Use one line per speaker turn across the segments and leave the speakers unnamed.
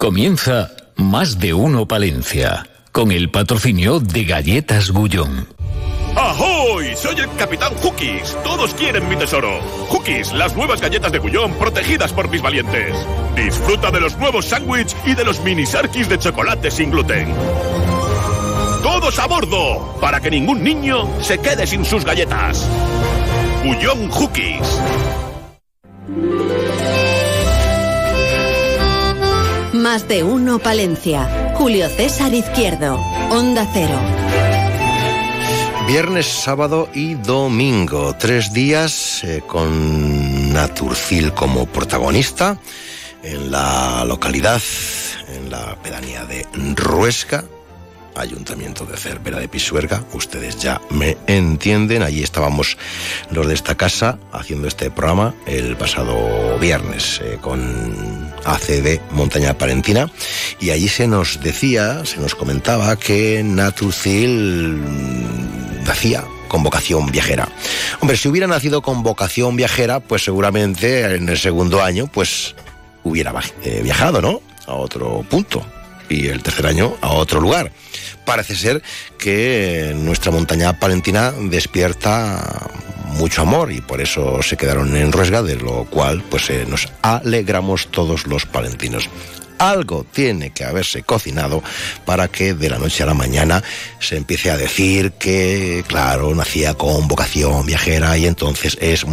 Comienza Más de Uno Palencia, con el patrocinio de Galletas Gullón.
¡Ahoy! Soy el Capitán Hookies. Todos quieren mi tesoro. Hookies, las nuevas galletas de Gullón protegidas por mis valientes. Disfruta de los nuevos sándwiches y de los mini sarkis de chocolate sin gluten. ¡Todos a bordo! Para que ningún niño se quede sin sus galletas. Gullón Hookies.
Más de Uno Palencia. Julio César Izquierdo. Onda Cero.
Viernes, sábado y domingo, 3 días con Naturcil como protagonista en la localidad, en la pedanía de Ruesga, Ayuntamiento de Cervera de Pisuerga. Ustedes ya me entienden. Allí estábamos los de esta casa haciendo este programa el pasado viernes con ACD Montaña Palentina, y allí se nos comentaba que Naturcil nacía con vocación viajera. Hombre, si hubiera nacido con vocación viajera, pues seguramente en el segundo año pues hubiera viajado, ¿no?, a otro punto, y el tercer año a otro lugar. Parece ser que nuestra montaña palentina despierta mucho amor y por eso se quedaron en Ruesga, de lo cual pues nos alegramos todos los palentinos. Algo tiene que haberse cocinado para que de la noche a la mañana se empiece a decir que, claro, nacía con vocación viajera, y entonces es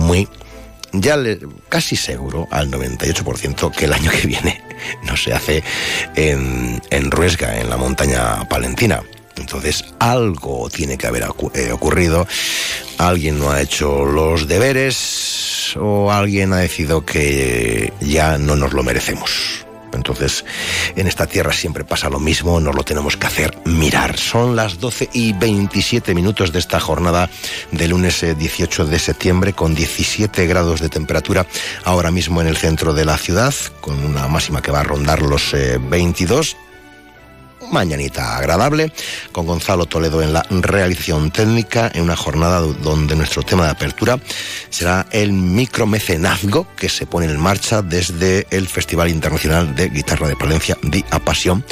casi seguro, al 98%, que el año que viene no se hace en Ruesga, en la montaña palentina. Entonces algo tiene que haber ocurrido. Alguien no ha hecho los deberes, o alguien ha decidido que ya no nos lo merecemos. Entonces, en esta tierra siempre pasa lo mismo, nos lo tenemos que hacer mirar. Son las 12:27 de esta jornada de lunes 18 de septiembre, con 17 grados de temperatura ahora mismo en el centro de la ciudad, con una máxima que va a rondar los 22. Mañanita agradable, con Gonzalo Toledo en la realización técnica, en una jornada donde nuestro tema de apertura será el micromecenazgo que se pone en marcha desde el Festival Internacional de Guitarra de Palencia, Dia Passion.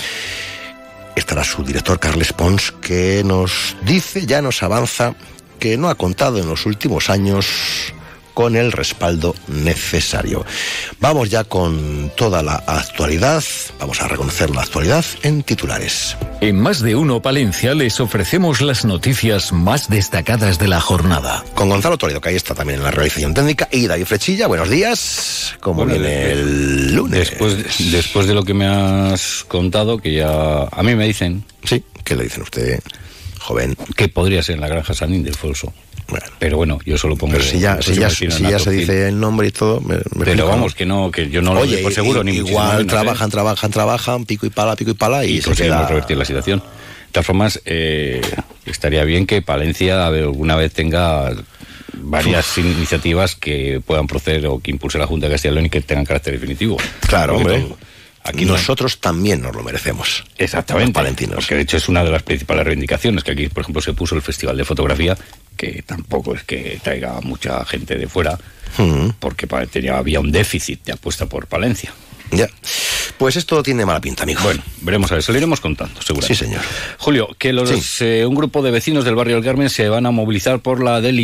Estará su director, Carles Pons, que nos dice, ya nos avanza, que no ha contado en los últimos años con el respaldo necesario. Vamos ya con toda la actualidad. Vamos a reconocer la actualidad en titulares.
En Más de Uno Palencia les ofrecemos las noticias más destacadas de la jornada.
Con Gonzalo Toledo, que ahí está también en la realización técnica, y David Frechilla. Buenos días. ¿Cómo viene el lunes?
Después de lo que me has contado, que ya a mí me dicen...
Sí, ¿qué le dicen a usted, joven?
Que podría ser en la granja San Ildefonso.
Bueno,
pero bueno, yo solo pongo...
Pero si ya se dice el nombre y todo...
pero vamos, que yo no lo doy por seguro, ni
igual trabajan, pico y pala, y
conseguimos revertir la situación. De todas formas, estaría bien que Palencia alguna vez tenga varias iniciativas que puedan proceder o que impulse la Junta de Castilla y León y que tengan carácter definitivo.
Claro, hombre. Aquí nosotros también nos lo merecemos.
Exactamente.
Palentinos.
Porque de hecho es una de las principales reivindicaciones, que aquí, por ejemplo, se puso el Festival de Fotografía, que tampoco es que traiga mucha gente de fuera, porque había un déficit de apuesta por Palencia.
Ya. Pues esto tiene mala pinta, amigo.
Bueno, veremos a ver, se lo iremos contando, seguramente.
Sí, señor.
Julio, que un grupo de vecinos del barrio del Carmen se van a movilizar por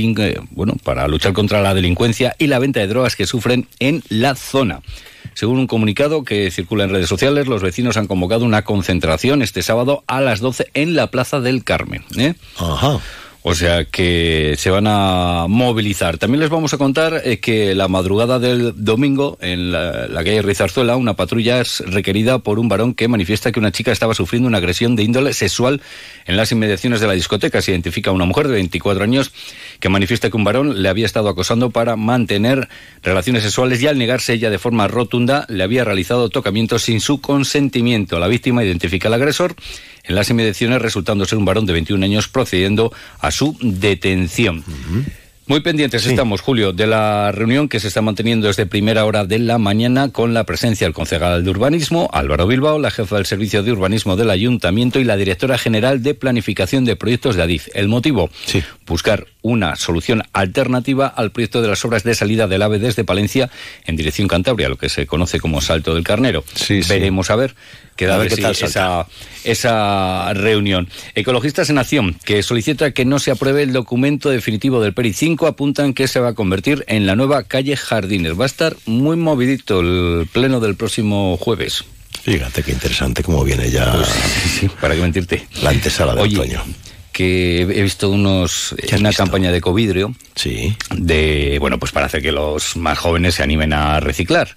para luchar contra la delincuencia y la venta de drogas que sufren en la zona. Según un comunicado que circula en redes sociales, los vecinos han convocado una concentración este sábado a las 12 en la Plaza del Carmen.
Ajá.
O sea que se van a movilizar. También les vamos a contar que la madrugada del domingo, en la calle Rizarzuela, una patrulla es requerida por un varón que manifiesta que una chica estaba sufriendo una agresión de índole sexual en las inmediaciones de la discoteca. Se identifica a una mujer de 24 años que manifiesta que un varón le había estado acosando para mantener relaciones sexuales, y al negarse ella de forma rotunda le había realizado tocamientos sin su consentimiento. La víctima identifica al agresor en las inmediaciones, resultando ser un varón de 21 años, procediendo a su detención. Muy pendientes estamos, Julio, de la reunión que se está manteniendo desde primera hora de la mañana con la presencia del concejal de Urbanismo, Álvaro Bilbao, la jefa del Servicio de Urbanismo del Ayuntamiento y la directora general de Planificación de Proyectos de Adif. El motivo, buscar una solución alternativa al proyecto de las obras de salida del AVE desde Palencia en dirección Cantabria, lo que se conoce como Salto del Carnero. Veremos a ver qué tal esa reunión. Ecologistas en Acción, que solicita que no se apruebe el documento definitivo del PERI 5, apuntan que se va a convertir en la nueva calle Jardines. Va a estar muy movidito el pleno del próximo jueves.
Fíjate qué interesante cómo viene ya.
Pues, sí, para qué mentirte.
La antesala de otoño.
Que he visto una campaña de Ecovidrio.
Sí.
Pues para hacer que los más jóvenes se animen a reciclar.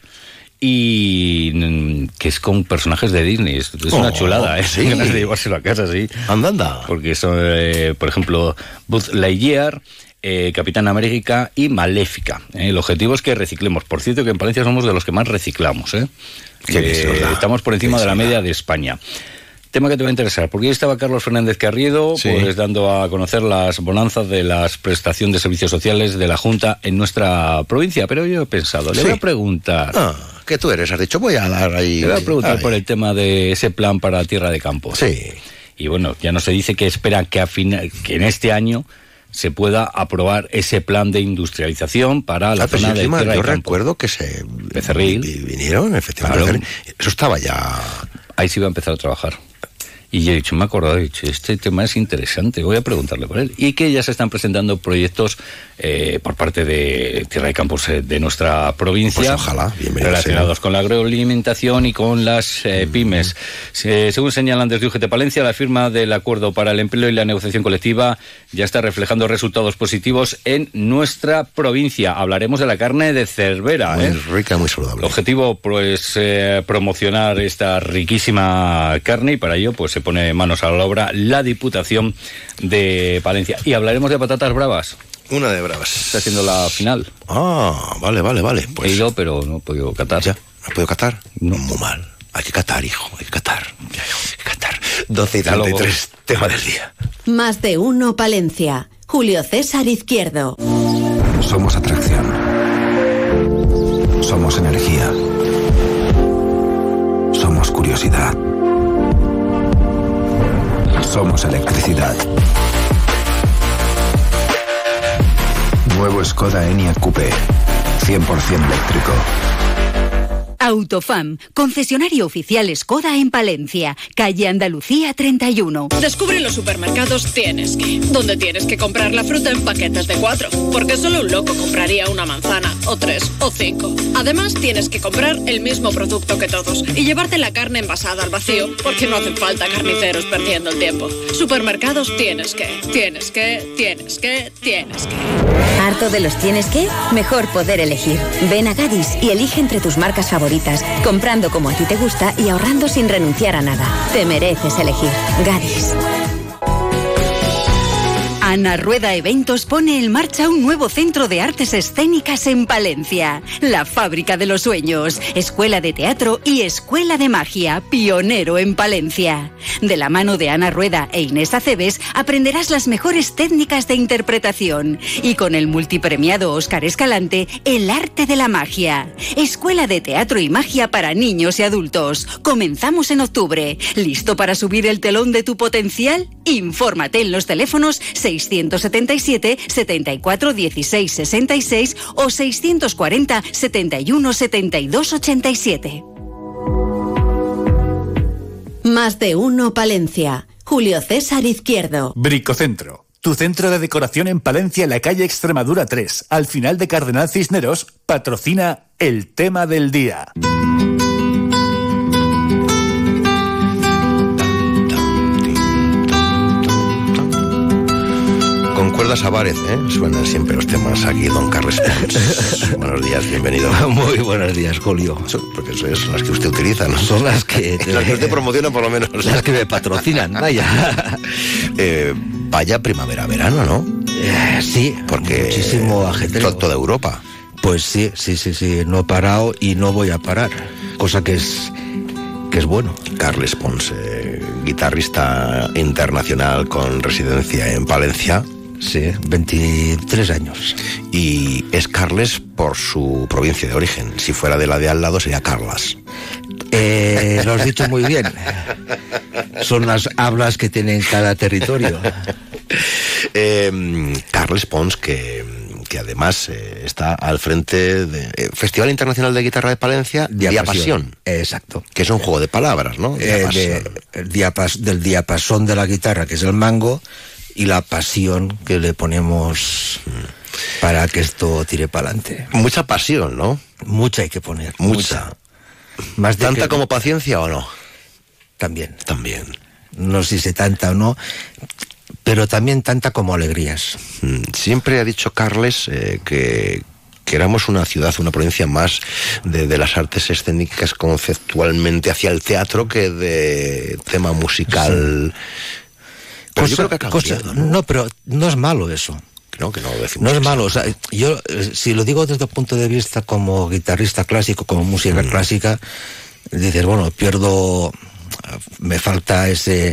Y que es con personajes de Disney. Es una chulada, ¿eh?
Sí.
Ganas de llevárselo a casa, sí.
Anda.
Porque son, por ejemplo, Buzz Lightyear, Capitán América y Maléfica. El objetivo es que reciclemos. Por cierto, que en Palencia somos de los que más reciclamos, ¿eh? Estamos por encima de la media de España. Tema que te va a interesar, porque hoy estaba Carlos Fernández Carriedo, pues dando a conocer las bonanzas de la prestación de servicios sociales de la Junta en nuestra provincia. Pero yo he pensado, le voy a preguntar...
que tú eres, has dicho, voy a dar ahí...
Le voy a preguntar por el tema de ese plan para Tierra de Campos.
Sí.
Y bueno, ya no se dice que espera que en este año se pueda aprobar ese plan de industrialización para la zona de Tierra de Campos.
Yo recuerdo que se...
Becerril.
Vinieron, efectivamente. Claro. Eso estaba ya...
Ahí se iba a empezar a trabajar. Y yo he dicho, me he acordado, este tema es interesante, voy a preguntarle por él. Y que ya se están presentando proyectos por parte de Tierra de Campos de nuestra provincia.
Pues ojalá,
relacionados con la agroalimentación y con las pymes. Según señalan desde UGT Palencia, la firma del acuerdo para el empleo y la negociación colectiva ya está reflejando resultados positivos en nuestra provincia. Hablaremos de la carne de Cervera.
Muy rica, muy saludable.
El objetivo, pues, promocionar esta riquísima carne, y para ello, pues, se pone manos a la obra la Diputación de Palencia. Y hablaremos de patatas bravas.
Una de bravas.
Está haciendo la final.
Vale. Pues,
he ido, pero no he podido catar.
¿Ya? ¿No he podido catar?
No.
Muy mal. Hay que catar, hijo, hay que catar. 12:33, tema del día.
Más de uno Palencia. Julio César Izquierdo.
Somos atracción. Somos energía. Somos curiosidad. Somos electricidad. Nuevo Skoda Enyaq Coupé, 100% eléctrico.
Autofam, concesionario oficial Skoda en Palencia, calle Andalucía 31.
Descubre en los supermercados Tienes Que, donde tienes que comprar la fruta en paquetes de 4, porque solo un loco compraría una manzana, o 3, o 5. Además, tienes que comprar el mismo producto que todos y llevarte la carne envasada al vacío, porque no hacen falta carniceros perdiendo el tiempo. Supermercados Tienes Que.
¿Harto de los tienes que? Mejor poder elegir. Ven a Gadis y elige entre tus marcas favoritas, comprando como a ti te gusta y ahorrando sin renunciar a nada. Te mereces elegir. Gadis.
Ana Rueda Eventos pone en marcha un nuevo centro de artes escénicas en Palencia. La Fábrica de los Sueños, escuela de teatro y escuela de magia, pionero en Palencia. De la mano de Ana Rueda e Inés Aceves aprenderás las mejores técnicas de interpretación y con el multipremiado Óscar Escalante, el arte de la magia. Escuela de teatro y magia para niños y adultos. Comenzamos en octubre. ¿Listo para subir el telón de tu potencial? Infórmate en los teléfonos 677 74 16 66 o 640 71 72 87.
Más de uno Palencia. Julio César Izquierdo.
Bricocentro, tu centro de decoración en Palencia, en la calle Extremadura 3, al final de Cardenal Cisneros, patrocina el tema del día.
Con cuerdas a Várez, suenan siempre los temas aquí, don Carles Pons. Buenos días, bienvenido.
Muy buenos días, Julio.
Porque eso es las que usted utiliza, ¿no?
Son las que...
las que usted promociona, por lo menos.
Las que me patrocinan, vaya.
Vaya primavera-verano, ¿no?
Sí,
porque
muchísimo ajetreo.
Toda Europa.
Pues sí. No he parado y no voy a parar. Cosa que es bueno.
Carles Pons, guitarrista internacional con residencia en Palencia.
Sí, 23 años.
Y es Carles por su provincia de origen. Si fuera de la de al lado sería Carlas.
Lo has dicho muy bien. Son las hablas que tiene cada territorio.
Carles Pons, que además está al frente del Festival Internacional de Guitarra de Palencia, Diapasión.
Exacto.
Que es un juego de palabras, ¿no?
Del diapasón de la guitarra, que es el mango, y la pasión que le ponemos para que esto tire para adelante.
Mucha pasión, ¿no?
Mucha hay que poner.
Mucha.
Más de
¿Tanta como paciencia o no?
También.
No
sé si tanta o no, pero también tanta como alegrías.
Siempre ha dicho Carles que éramos una ciudad, una provincia más de las artes escénicas conceptualmente hacia el teatro que de tema musical. Sí. Pero yo creo que ha cambiado, ¿no?
No, pero no es malo eso.
No, que no lo decimos.
No es malo. O sea, yo, si lo digo desde el punto de vista como guitarrista clásico, como música clásica, dices, bueno, me falta ese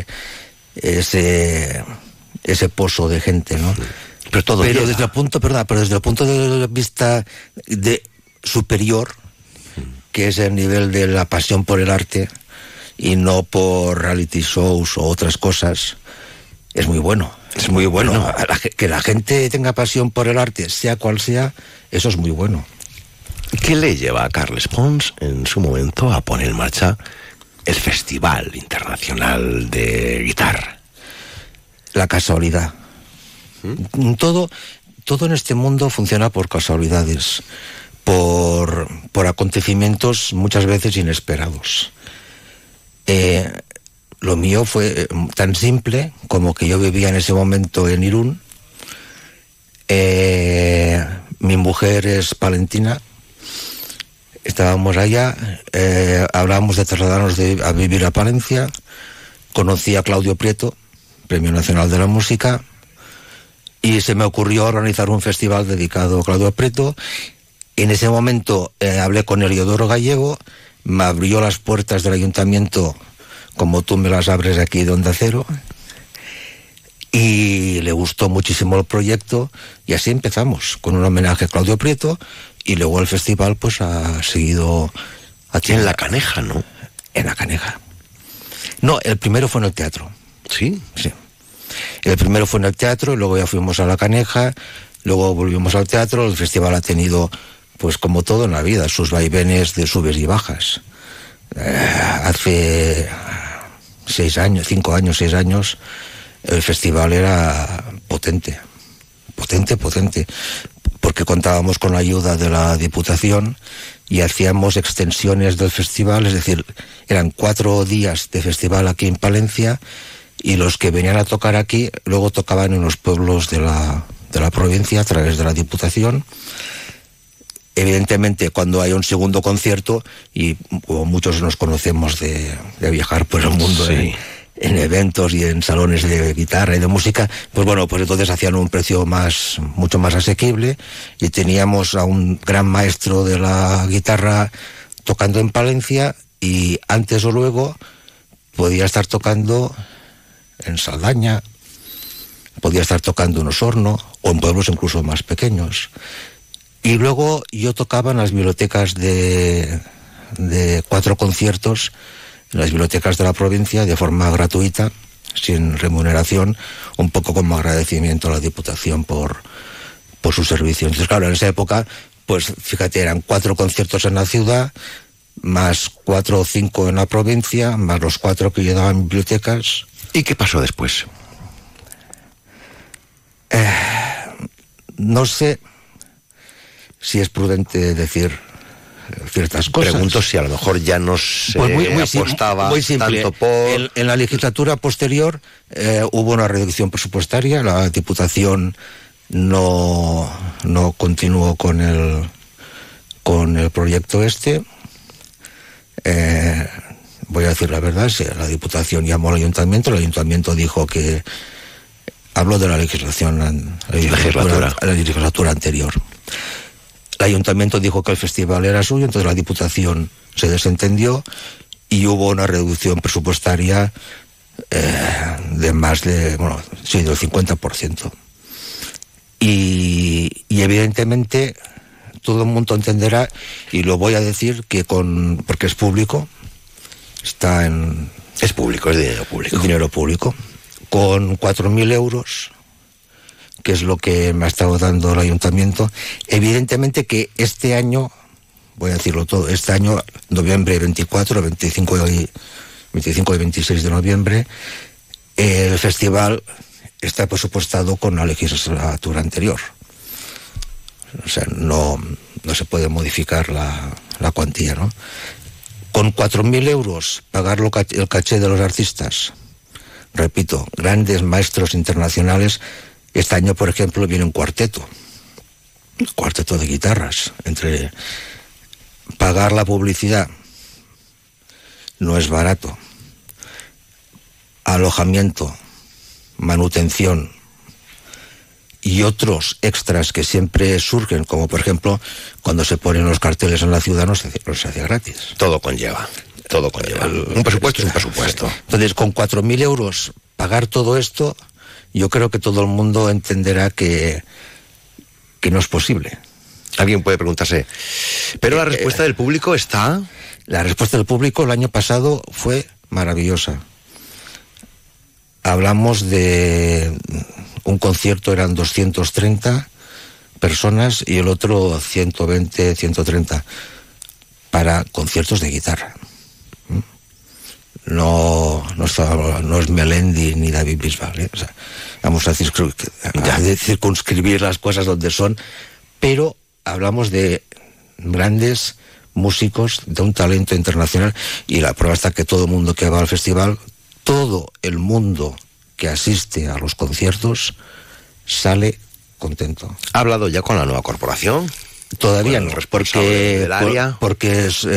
pozo de gente, ¿no? Pero desde el punto de vista superior, que es el nivel de la pasión por el arte y no por reality shows o otras cosas, es muy bueno. Es muy bueno. Que la gente tenga pasión por el arte, sea cual sea, eso es muy bueno.
¿Qué le lleva a Carles Pons en su momento a poner en marcha el Festival Internacional de Guitarra?
La casualidad. Todo en este mundo funciona por casualidades, por acontecimientos muchas veces inesperados. Lo mío fue tan simple como que yo vivía en ese momento en Irún. Mi mujer es palentina. Estábamos allá, hablábamos de trasladarnos a vivir a Palencia. Conocí a Claudio Prieto, Premio Nacional de la Música, y se me ocurrió organizar un festival dedicado a Claudio Prieto. En ese momento hablé con Heliodoro Gallego, me abrió las puertas del ayuntamiento como tú me las abres aquí de Onda Cero, y le gustó muchísimo el proyecto, y así empezamos, con un homenaje a Claudio Prieto, y luego el festival pues ha seguido aquí
en La Caneja, ¿no?
En La Caneja. No, el primero fue en el teatro.
¿Sí?
Sí. El primero fue en el teatro, y luego ya fuimos a La Caneja, luego volvimos al teatro. El festival ha tenido, pues como todo en la vida, sus vaivenes de subes y bajas. Hace 6 años, el festival era potente, porque contábamos con la ayuda de la Diputación y hacíamos extensiones del festival, es decir, eran 4 días de festival aquí en Palencia, y los que venían a tocar aquí luego tocaban en los pueblos de la provincia a través de la Diputación. Evidentemente, cuando hay un segundo concierto, y como muchos nos conocemos de viajar por el mundo, sí, en eventos y en salones de guitarra y de música, pues bueno, pues entonces hacían un precio mucho más asequible, y teníamos a un gran maestro de la guitarra tocando en Palencia, y antes o luego podía estar tocando en Saldaña, podía estar tocando en Osorno, o en pueblos incluso más pequeños. Y luego yo tocaba en las bibliotecas de 4 conciertos, en las bibliotecas de la provincia, de forma gratuita, sin remuneración, un poco como agradecimiento a la Diputación por su servicio. Entonces, claro, en esa época, pues fíjate, eran 4 conciertos en la ciudad, más 4 o 5 en la provincia, más los 4 que yo daba en bibliotecas.
¿Y qué pasó después?
No sé si es prudente decir ciertas cosas.
Pregunto si a lo mejor ya no se apostaba
muy simple.
Tanto por...
En la legislatura posterior hubo una reducción presupuestaria, la Diputación no continuó con el proyecto este. Voy a decir la verdad, la Diputación llamó al Ayuntamiento, el Ayuntamiento dijo que... Hablo de la legislatura anterior. El Ayuntamiento dijo que el festival era suyo, entonces la Diputación se desentendió y hubo una reducción presupuestaria de más de, del 50%. Y evidentemente todo el mundo entenderá, y lo voy a decir, que porque es público,
es público, es dinero público.
Es dinero público. Con 4.000 euros, que es lo que me ha estado dando el ayuntamiento, evidentemente que este año, voy a decirlo todo, este año, noviembre 24, 25 y 26 de noviembre, el festival está presupuestado con la legislatura anterior. O sea, no se puede modificar la cuantía, ¿no? Con 4.000 euros, pagar el caché de los artistas, repito, grandes maestros internacionales. Este año, por ejemplo, viene un cuarteto de guitarras. Entre pagar la publicidad, no es barato, alojamiento, manutención y otros extras que siempre surgen, como por ejemplo cuando se ponen los carteles en la ciudad, no se hace gratis.
Todo conlleva. Un presupuesto es un presupuesto.
Entonces, con 4.000 euros pagar todo esto, yo creo que todo el mundo entenderá que no es posible.
Alguien puede preguntarse, pero la respuesta del público está...
La respuesta del público el año pasado fue maravillosa. Hablamos de un concierto, eran 230 personas y el otro 120, 130 para conciertos de guitarra. No es Melendi ni David Bisbal, ¿eh? O sea, vamos a circunscribir las cosas donde son, pero hablamos de grandes músicos de un talento internacional, y la prueba está que todo el mundo que va al festival, todo el mundo que asiste a los conciertos sale contento.
¿Ha hablado ya con la nueva corporación?
Todavía no, porque es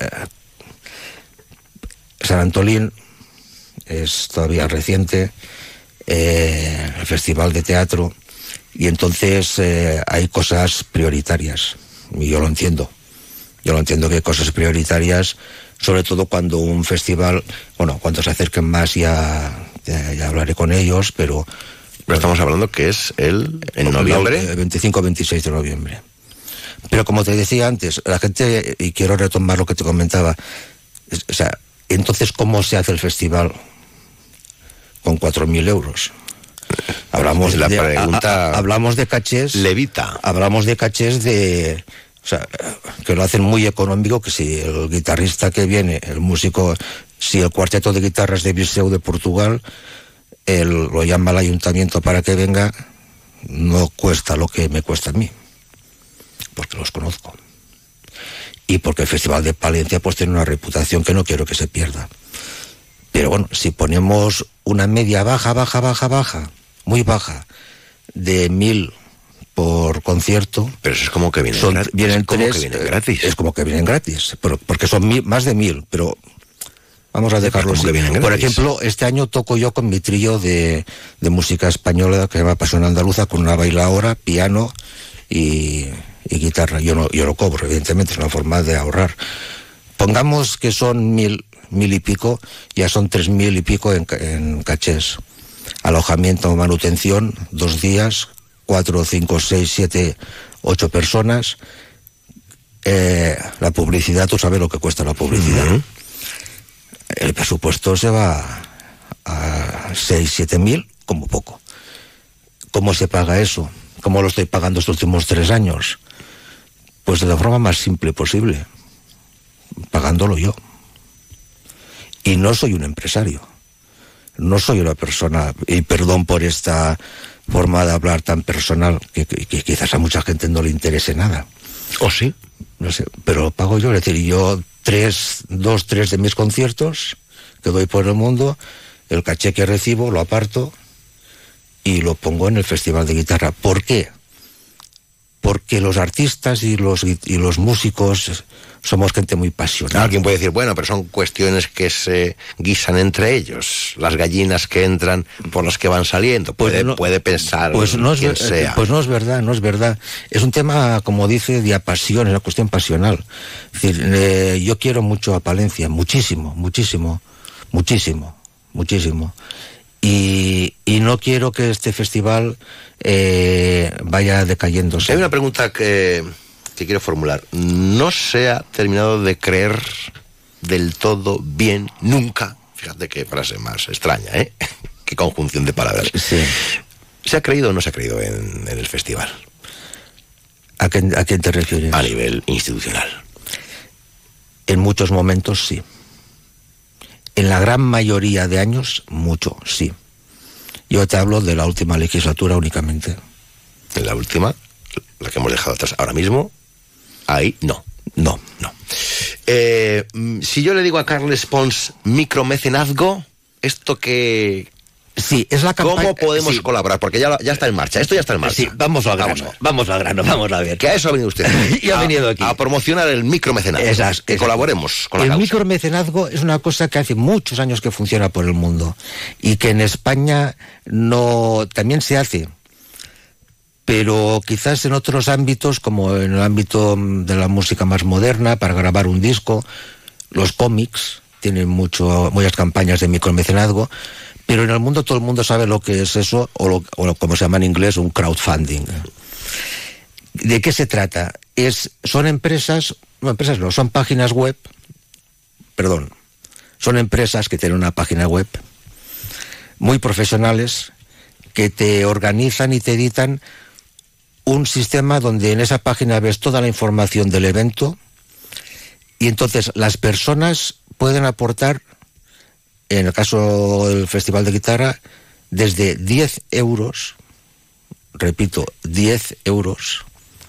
San Antolín, es todavía reciente, el festival de teatro, y entonces hay cosas prioritarias, y yo lo entiendo que hay cosas prioritarias, sobre todo cuando un festival, cuando se acerquen más ya hablaré con ellos, pero
estamos hablando que es en noviembre.
25-26 de noviembre. Pero como te decía antes, la gente, y quiero retomar lo que te comentaba, o sea, entonces, ¿cómo se hace el festival con 4.000 euros? Hablamos de cachés.
Levita.
Hablamos de cachés o sea, que lo hacen muy económico, que si el guitarrista que viene, el músico, si el cuarteto de guitarras de Viseu de Portugal, lo llama el ayuntamiento para que venga, no cuesta lo que me cuesta a mí, porque los conozco. Y porque el Festival de Palencia pues tiene una reputación que no quiero que se pierda. Pero bueno, si ponemos una media baja, muy baja, de 1.000 por concierto...
Pero eso es como que vienen gratis.
Es como que vienen gratis, porque son más de 1.000, pero vamos a dejarlo así. Por ejemplo, este año toco yo con mi trío de música española que se llama Pasión Andaluza, con una bailaora, piano y guitarra. Yo lo cobro, evidentemente, es una forma de ahorrar. Pongamos que son 1.000 y pico, ya son 3.000 y pico en cachés. Alojamiento, manutención, 2 días, 4, 5, 6, 7, 8 personas. La publicidad, tú sabes lo que cuesta la publicidad. Uh-huh. El presupuesto se va a 6-7.000 como poco. ¿Cómo se paga eso? ¿Cómo lo estoy pagando estos últimos 3 años? Pues de la forma más simple posible, pagándolo yo. Y no soy un empresario, no soy una persona, y perdón por esta forma de hablar tan personal, que quizás a mucha gente no le interese nada.
¿O sí?
No sé, pero lo pago yo, es decir, yo 3 de mis conciertos que doy por el mundo, el caché que recibo lo aparto y lo pongo en el Festival de Guitarra. ¿Por qué? Porque los artistas y los músicos somos gente muy pasional.
Alguien puede decir, bueno, pero son cuestiones que se guisan entre ellos, las gallinas que entran por las que van saliendo. Puede pensar quien sea.
Pues no es verdad. Es un tema, como dice, de pasión, es una cuestión pasional. Es decir, yo quiero mucho a Palencia, muchísimo. y no quiero que este festival vaya decayéndose.
Hay una pregunta que quiero formular. No se ha terminado de creer del todo bien nunca. Fíjate qué frase más extraña, ¿eh? Qué conjunción de palabras.
Sí.
¿Se ha creído o no se ha creído en el festival?
¿A quién te refieres?
A nivel institucional.
En muchos momentos sí. En la gran mayoría de años, mucho, sí. Yo te hablo de la última legislatura únicamente.
En la última, la que hemos dejado atrás ahora mismo, ahí no.
No.
Si yo le digo a Carles Pons micromecenazgo, ¿esto qué...?
Sí, es la campaña...
¿Cómo podemos colaborar? Porque ya está en marcha, esto ya está en marcha.
Sí, vamos al grano, vamos a ver.
Que a eso ha venido usted.
Y ha venido aquí.
A promocionar el micromecenazgo. Que colaboremos con la
causa.
El
micromecenazgo es una cosa que hace muchos años que funciona por el mundo y que en España también se hace, pero quizás en otros ámbitos, como en el ámbito de la música más moderna, para grabar un disco, los cómics tienen muchas campañas de micromecenazgo, pero en el mundo todo el mundo sabe lo que es eso, o como se llama en inglés, un crowdfunding. ¿De qué se trata? Son páginas web, son empresas que tienen una página web muy profesionales que te organizan y te editan un sistema donde en esa página ves toda la información del evento y entonces las personas pueden aportar, en el caso del Festival de Guitarra, desde 10 euros, repito, 10 euros,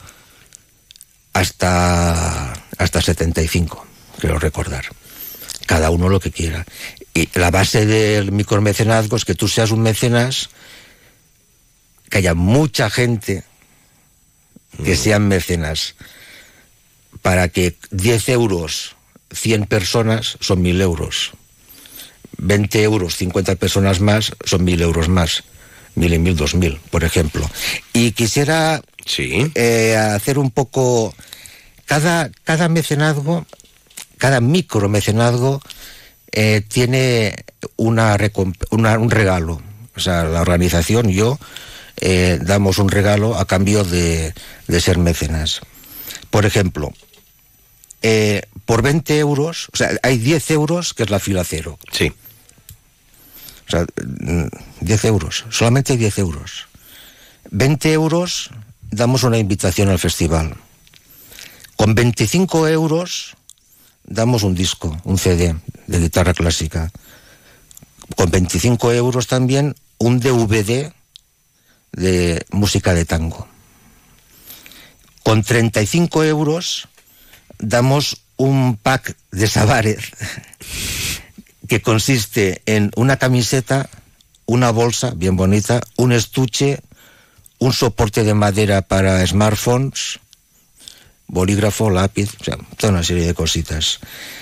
hasta 75, quiero recordar. Cada uno lo que quiera. Y la base del micromecenazgo es que tú seas un mecenas, que haya mucha gente que sean mecenas, para que 10 euros, 100 personas, son 1.000 euros. 20 euros, 50 personas más, son 1.000 euros más. 1.000 y 1.000, 2.000, por ejemplo. Y quisiera hacer un poco... Cada mecenazgo, cada micromecenazgo tiene un regalo. O sea, la organización, yo, damos un regalo a cambio de ser mecenas. Por ejemplo, por 20 euros, o sea, hay 10 euros que es la fila cero.
Sí.
O sea, 10 euros, solamente 10 euros. 20 euros damos una invitación al festival. Con 25 euros damos un disco, un CD de guitarra clásica. Con 25 euros también un DVD de música de tango. Con 35 euros damos un pack de Sabares que consiste en una camiseta, una bolsa bien bonita, un estuche, un soporte de madera para smartphones, bolígrafo, lápiz, o sea, toda una serie de cositas.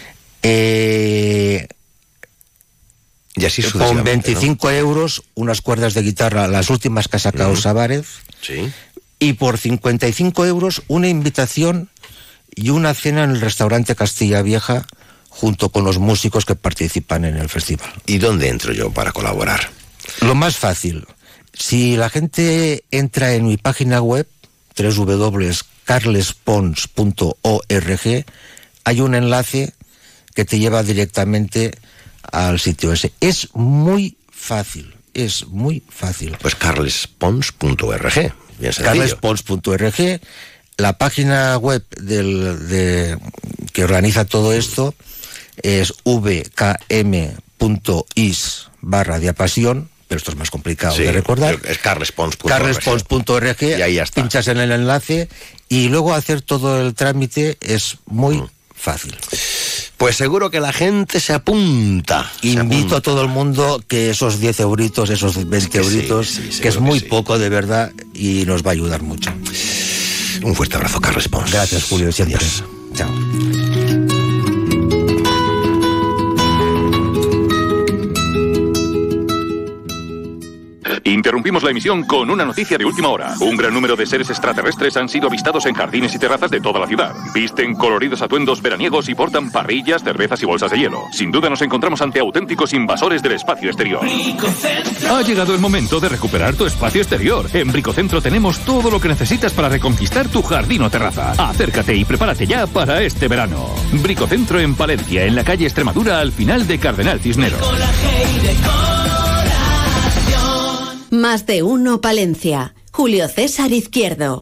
Y así con 25 euros, unas cuerdas de guitarra, las últimas que ha sacado Sabares.
Sí.
Y por 55 euros, una invitación y una cena en el restaurante Castilla Vieja, junto con los músicos que participan en el festival.
¿Y dónde entro yo para colaborar?
Lo más fácil. Si la gente entra en mi página web, www.carlespons.org, hay un enlace que te lleva directamente al sitio ese. Es muy fácil. Pues
carlespons.org, bien sencillo.
Carlespons.org, la página web que organiza todo esto es vkm.is/diapasión, pero esto es más complicado de recordar.
Es carlespons.org.
Carlespons.org,
y ahí ya está.
Pinchas en el enlace y luego hacer todo el trámite es muy fácil.
Pues seguro que la gente se apunta.
Invito a todo el mundo que esos 10 euritos, esos 20 euritos, que es muy poco de verdad y nos va a ayudar mucho.
Un fuerte abrazo, Carles Pons.
Gracias, Julio, siempre. Adiós. Chao.
Interrumpimos la emisión con una noticia de última hora. Un gran número de seres extraterrestres han sido avistados en jardines y terrazas de toda la ciudad. Visten coloridos atuendos veraniegos y portan parrillas, cervezas y bolsas de hielo. Sin duda nos encontramos ante auténticos invasores del espacio exterior.
Ha llegado el momento de recuperar tu espacio exterior. En Bricocentro tenemos todo lo que necesitas para reconquistar tu jardín o terraza. Acércate y prepárate ya para este verano. Bricocentro en Palencia, en la calle Extremadura, al final de Cardenal Cisneros.
Más de uno Palencia. Julio César Izquierdo.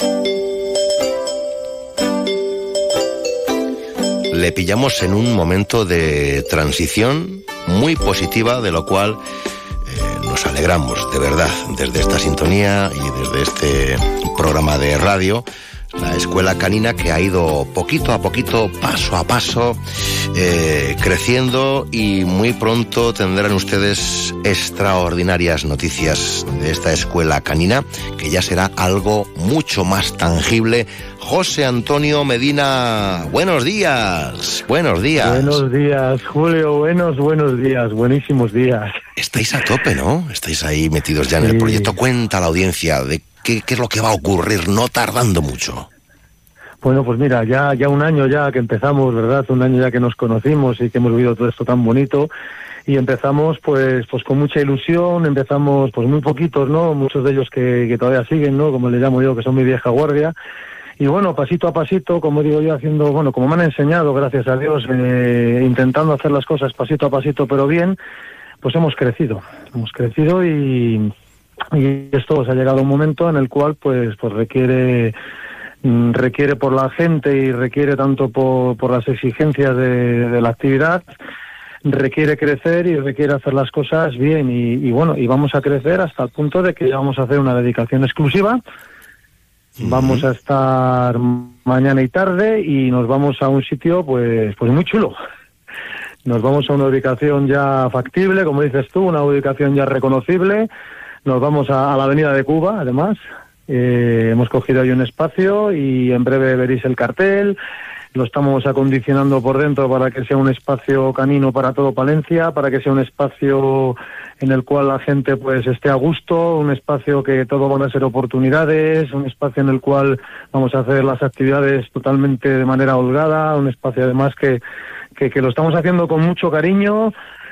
Le pillamos en un momento de transición muy positiva, de lo cual nos alegramos, de verdad, desde esta sintonía y desde este programa de radio. La escuela canina que ha ido poquito a poquito, paso a paso, creciendo, y muy pronto tendrán ustedes extraordinarias noticias de esta escuela canina, que ya será algo mucho más tangible. José Antonio Medina, buenos días. Buenos días.
Buenos días, Julio. Buenos días. Buenísimos días.
Estáis a tope, ¿no? Estáis ahí metidos ya en el proyecto. Cuenta a la audiencia de qué es lo que va a ocurrir, no tardando mucho.
Bueno, pues mira, ya un año ya que empezamos, ¿verdad? Un año ya que nos conocimos y que hemos vivido todo esto tan bonito. Y empezamos pues con mucha ilusión, empezamos pues muy poquitos, ¿no? Muchos de ellos que todavía siguen, ¿no? Como le llamo yo, que son mi vieja guardia. Y bueno, pasito a pasito, como digo yo, haciendo, bueno, como me han enseñado, gracias a Dios, intentando hacer las cosas pasito a pasito, pero bien, pues hemos crecido y esto ha llegado a un momento en el cual pues requiere por la gente y requiere tanto por las exigencias de la actividad, requiere crecer y requiere hacer las cosas bien y bueno, y vamos a crecer hasta el punto de que ya vamos a hacer una dedicación exclusiva. Vamos a estar mañana y tarde y nos vamos a un sitio pues muy chulo. Nos vamos a una ubicación ya factible, como dices tú, una ubicación ya reconocible. Nos vamos a la Avenida de Cuba, además. Hemos cogido ahí un espacio y en breve veréis el cartel. Lo estamos acondicionando por dentro para que sea un espacio canino para todo Palencia, para que sea un espacio en el cual la gente pues esté a gusto, un espacio que todo van a ser oportunidades, un espacio en el cual vamos a hacer las actividades totalmente de manera holgada, un espacio además que lo estamos haciendo con mucho cariño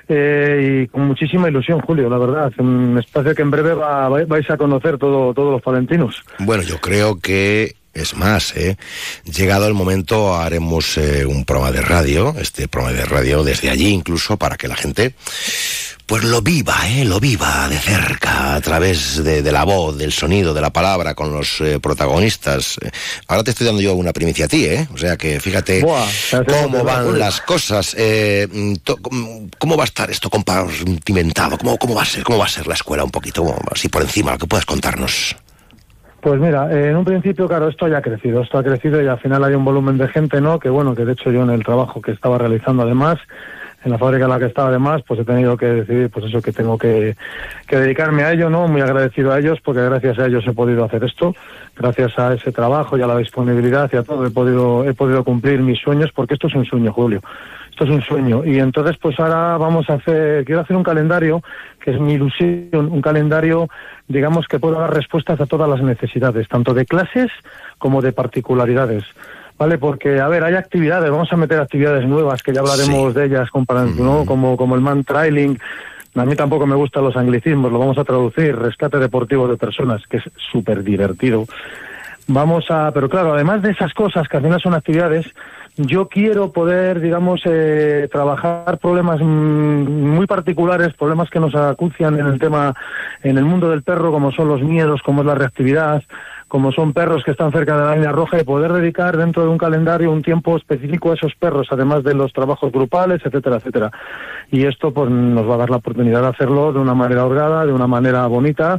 y con muchísima ilusión, Julio, la verdad. Un espacio que en breve vais a conocer todos los palentinos.
Bueno, yo creo que es más, llegado el momento haremos un programa de radio, este programa de radio desde allí incluso, para que la gente pues lo viva de cerca, a través de la voz, del sonido, de la palabra, con los protagonistas. Ahora te estoy dando yo una primicia a ti, o sea que fíjate cómo van las cosas. ¿Cómo va a estar esto compartimentado? ¿Cómo va a ser la escuela un poquito? Así por encima, lo que puedas contarnos.
Pues mira, en un principio, claro, esto ha crecido y al final hay un volumen de gente, ¿no? Que bueno, que de hecho yo en el trabajo que estaba realizando además, en la fábrica en la que estaba además, pues he tenido que decidir, pues eso, que tengo que dedicarme a ello, ¿no? Muy agradecido a ellos, porque gracias a ellos he podido hacer esto, gracias a ese trabajo y a la disponibilidad y a todo he podido cumplir mis sueños, porque esto es un sueño, Julio. Esto es un sueño. Y entonces, pues ahora quiero hacer un calendario, que es mi ilusión, un calendario, digamos, que pueda dar respuestas a todas las necesidades, tanto de clases como de particularidades. ¿Vale? Porque, a ver, hay actividades, vamos a meter actividades nuevas, que ya hablaremos de ellas, ¿no? Como el man trailing. A mí tampoco me gustan los anglicismos, lo vamos a traducir, rescate deportivo de personas, que es súper divertido. Pero claro, además de esas cosas, que al final son actividades, yo quiero poder, digamos, trabajar problemas muy particulares, problemas que nos acucian en el mundo del perro, como son los miedos, como es la reactividad, como son perros que están cerca de la línea roja, y poder dedicar dentro de un calendario un tiempo específico a esos perros, además de los trabajos grupales, etcétera, etcétera. Y esto pues nos va a dar la oportunidad de hacerlo de una manera holgada, de una manera bonita,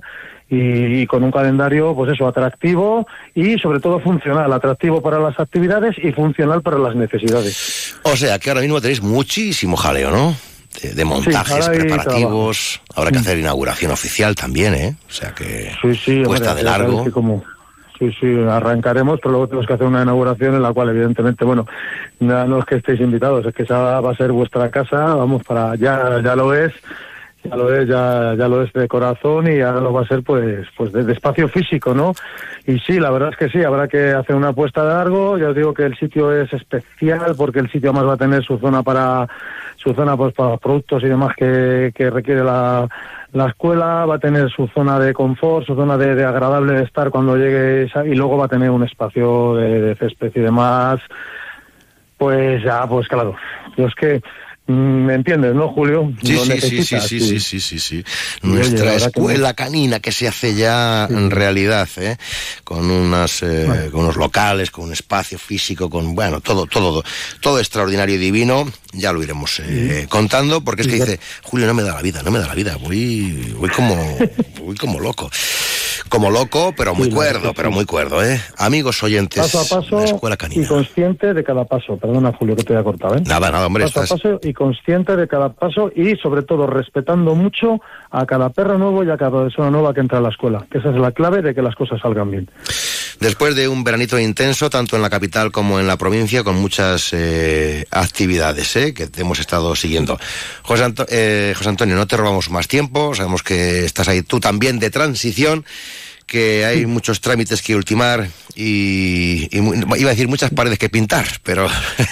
y con un calendario, pues eso, atractivo y sobre todo funcional, atractivo para las actividades y funcional para las necesidades.
O sea, que ahora mismo tenéis muchísimo jaleo, ¿no? De montajes, sí, preparativos, habrá que hacer inauguración oficial también, o sea que cuesta de largo.
Sí, arrancaremos, pero luego tenemos que hacer una inauguración en la cual, evidentemente, bueno, no es que estéis invitados, es que esa va a ser vuestra casa, ya lo es. ya lo es de corazón, y ahora lo va a ser pues de espacio físico, ¿no? Y sí, la verdad es que sí, habrá que hacer una apuesta de largo. Ya os digo que el sitio es especial porque el sitio además va a tener su zona pues para productos y demás que requiere la escuela, va a tener su zona de confort, su zona de agradable de estar cuando llegues, y luego va a tener un espacio de césped y demás. Pues ya, pues claro, yo es que ¿me entiendes, no, Julio?
Sí. Nuestra escuela canina que se hace ya en realidad, con con unos locales, con un espacio físico, con todo extraordinario y divino. Ya lo iremos contando, porque es que dice Julio, no me da la vida, voy como loco. Como loco, pero muy cuerdo, Amigos oyentes,
paso a paso,
la escuela canina.
Y consciente de cada paso. Perdona, Julio, que te voy a cortar,
Nada, hombre.
Paso a paso y consciente de cada paso, y sobre todo respetando mucho a cada perro nuevo y a cada persona nueva que entra a la escuela, que esa es la clave de que las cosas salgan bien.
Después de un veranito intenso, tanto en la capital como en la provincia, con muchas actividades que te hemos estado siguiendo. José Antonio, no te robamos más tiempo, sabemos que estás ahí tú también de transición, que hay muchos trámites que ultimar y iba a decir muchas paredes que pintar, pero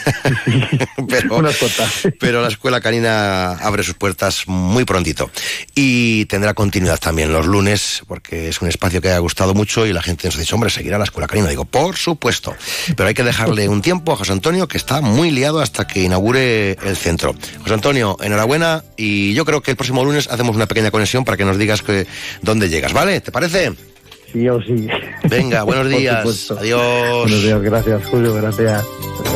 la escuela canina abre sus puertas muy prontito y tendrá continuidad también los lunes, porque es un espacio que ha gustado mucho y la gente nos ha dicho, hombre, seguirá la escuela canina. Digo, por supuesto, pero hay que dejarle un tiempo a José Antonio, que está muy liado hasta que inaugure el centro. José Antonio, enhorabuena, y yo creo que el próximo lunes hacemos una pequeña conexión para que nos digas dónde llegas, ¿vale? ¿Te parece?
Sí.
Venga, buenos días. Adiós.
Buenos días, gracias, Julio, gracias.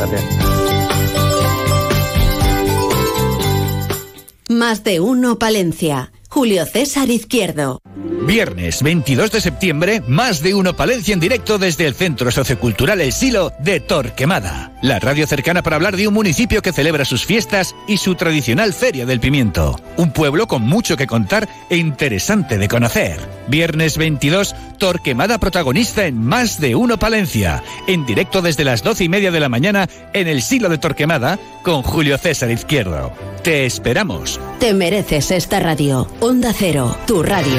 Más de uno Palencia. Julio César Izquierdo.
Viernes 22 de septiembre, Más de uno Palencia en directo desde el Centro Sociocultural El Silo de Torquemada. La radio cercana para hablar de un municipio que celebra sus fiestas y su tradicional Feria del Pimiento. Un pueblo con mucho que contar e interesante de conocer. Viernes 22, Torquemada protagonista en Más de uno Palencia. En directo desde las 12:30 de la mañana en El Silo de Torquemada con Julio César Izquierdo. Te esperamos.
Te mereces esta radio. Onda Cero, tu radio.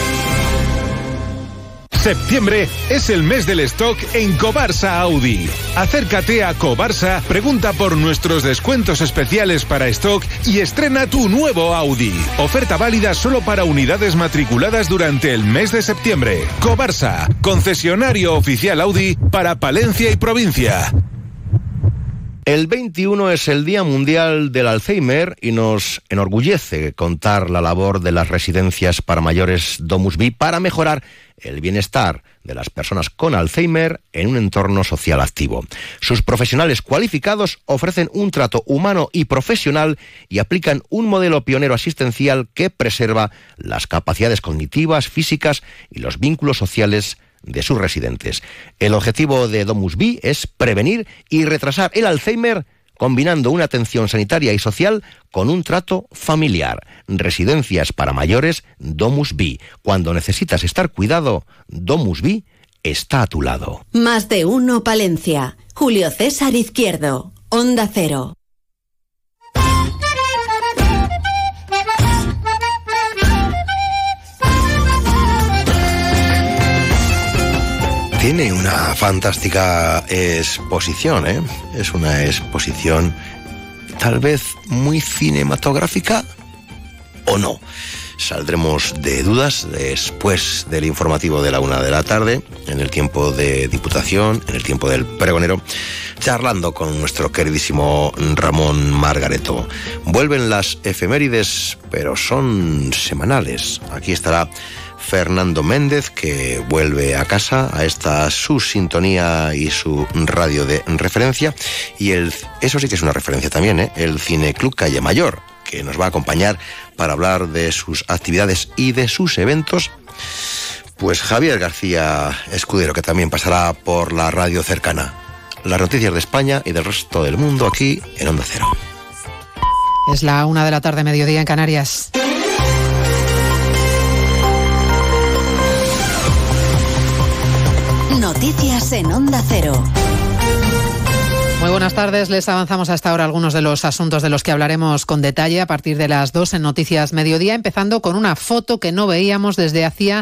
Septiembre es el mes del stock en Cobarsa Audi. Acércate a Cobarsa, pregunta por nuestros descuentos especiales para stock y estrena tu nuevo Audi. Oferta válida solo para unidades matriculadas durante el mes de septiembre. Cobarsa, concesionario oficial Audi para Palencia y provincia.
El 21 es el Día Mundial del Alzheimer y nos enorgullece contar la labor de las residencias para mayores DomusVi para mejorar el bienestar de las personas con Alzheimer en un entorno social activo. Sus profesionales cualificados ofrecen un trato humano y profesional y aplican un modelo pionero asistencial que preserva las capacidades cognitivas, físicas y los vínculos sociales de sus residentes. El objetivo de DomusVi es prevenir y retrasar el Alzheimer combinando una atención sanitaria y social con un trato familiar. Residencias para mayores DomusVi. Cuando necesitas estar cuidado, DomusVi está a tu lado.
Más de uno Palencia. Julio César Izquierdo. Onda Cero.
Tiene una fantástica exposición, Es una exposición tal vez muy cinematográfica o no. Saldremos de dudas después del informativo de la 1 de la tarde, en el tiempo de Diputación, en el tiempo del pregonero, charlando con nuestro queridísimo Ramón Margareto. Vuelven las efemérides, pero son semanales. Aquí estará Fernando Méndez, que vuelve a casa, a esta su sintonía y su radio de referencia, y eso sí que es una referencia también, el Cineclub Calle Mayor, que nos va a acompañar para hablar de sus actividades y de sus eventos. Pues Javier García Escudero, que también pasará por la radio cercana. Las noticias de España y del resto del mundo aquí en Onda Cero.
Es la 1 de la tarde, mediodía en Canarias.
Noticias en Onda Cero.
Muy buenas tardes. Les avanzamos hasta ahora algunos de los asuntos de los que hablaremos con detalle a partir de las 2 en Noticias Mediodía, empezando con una foto que no veíamos desde hacía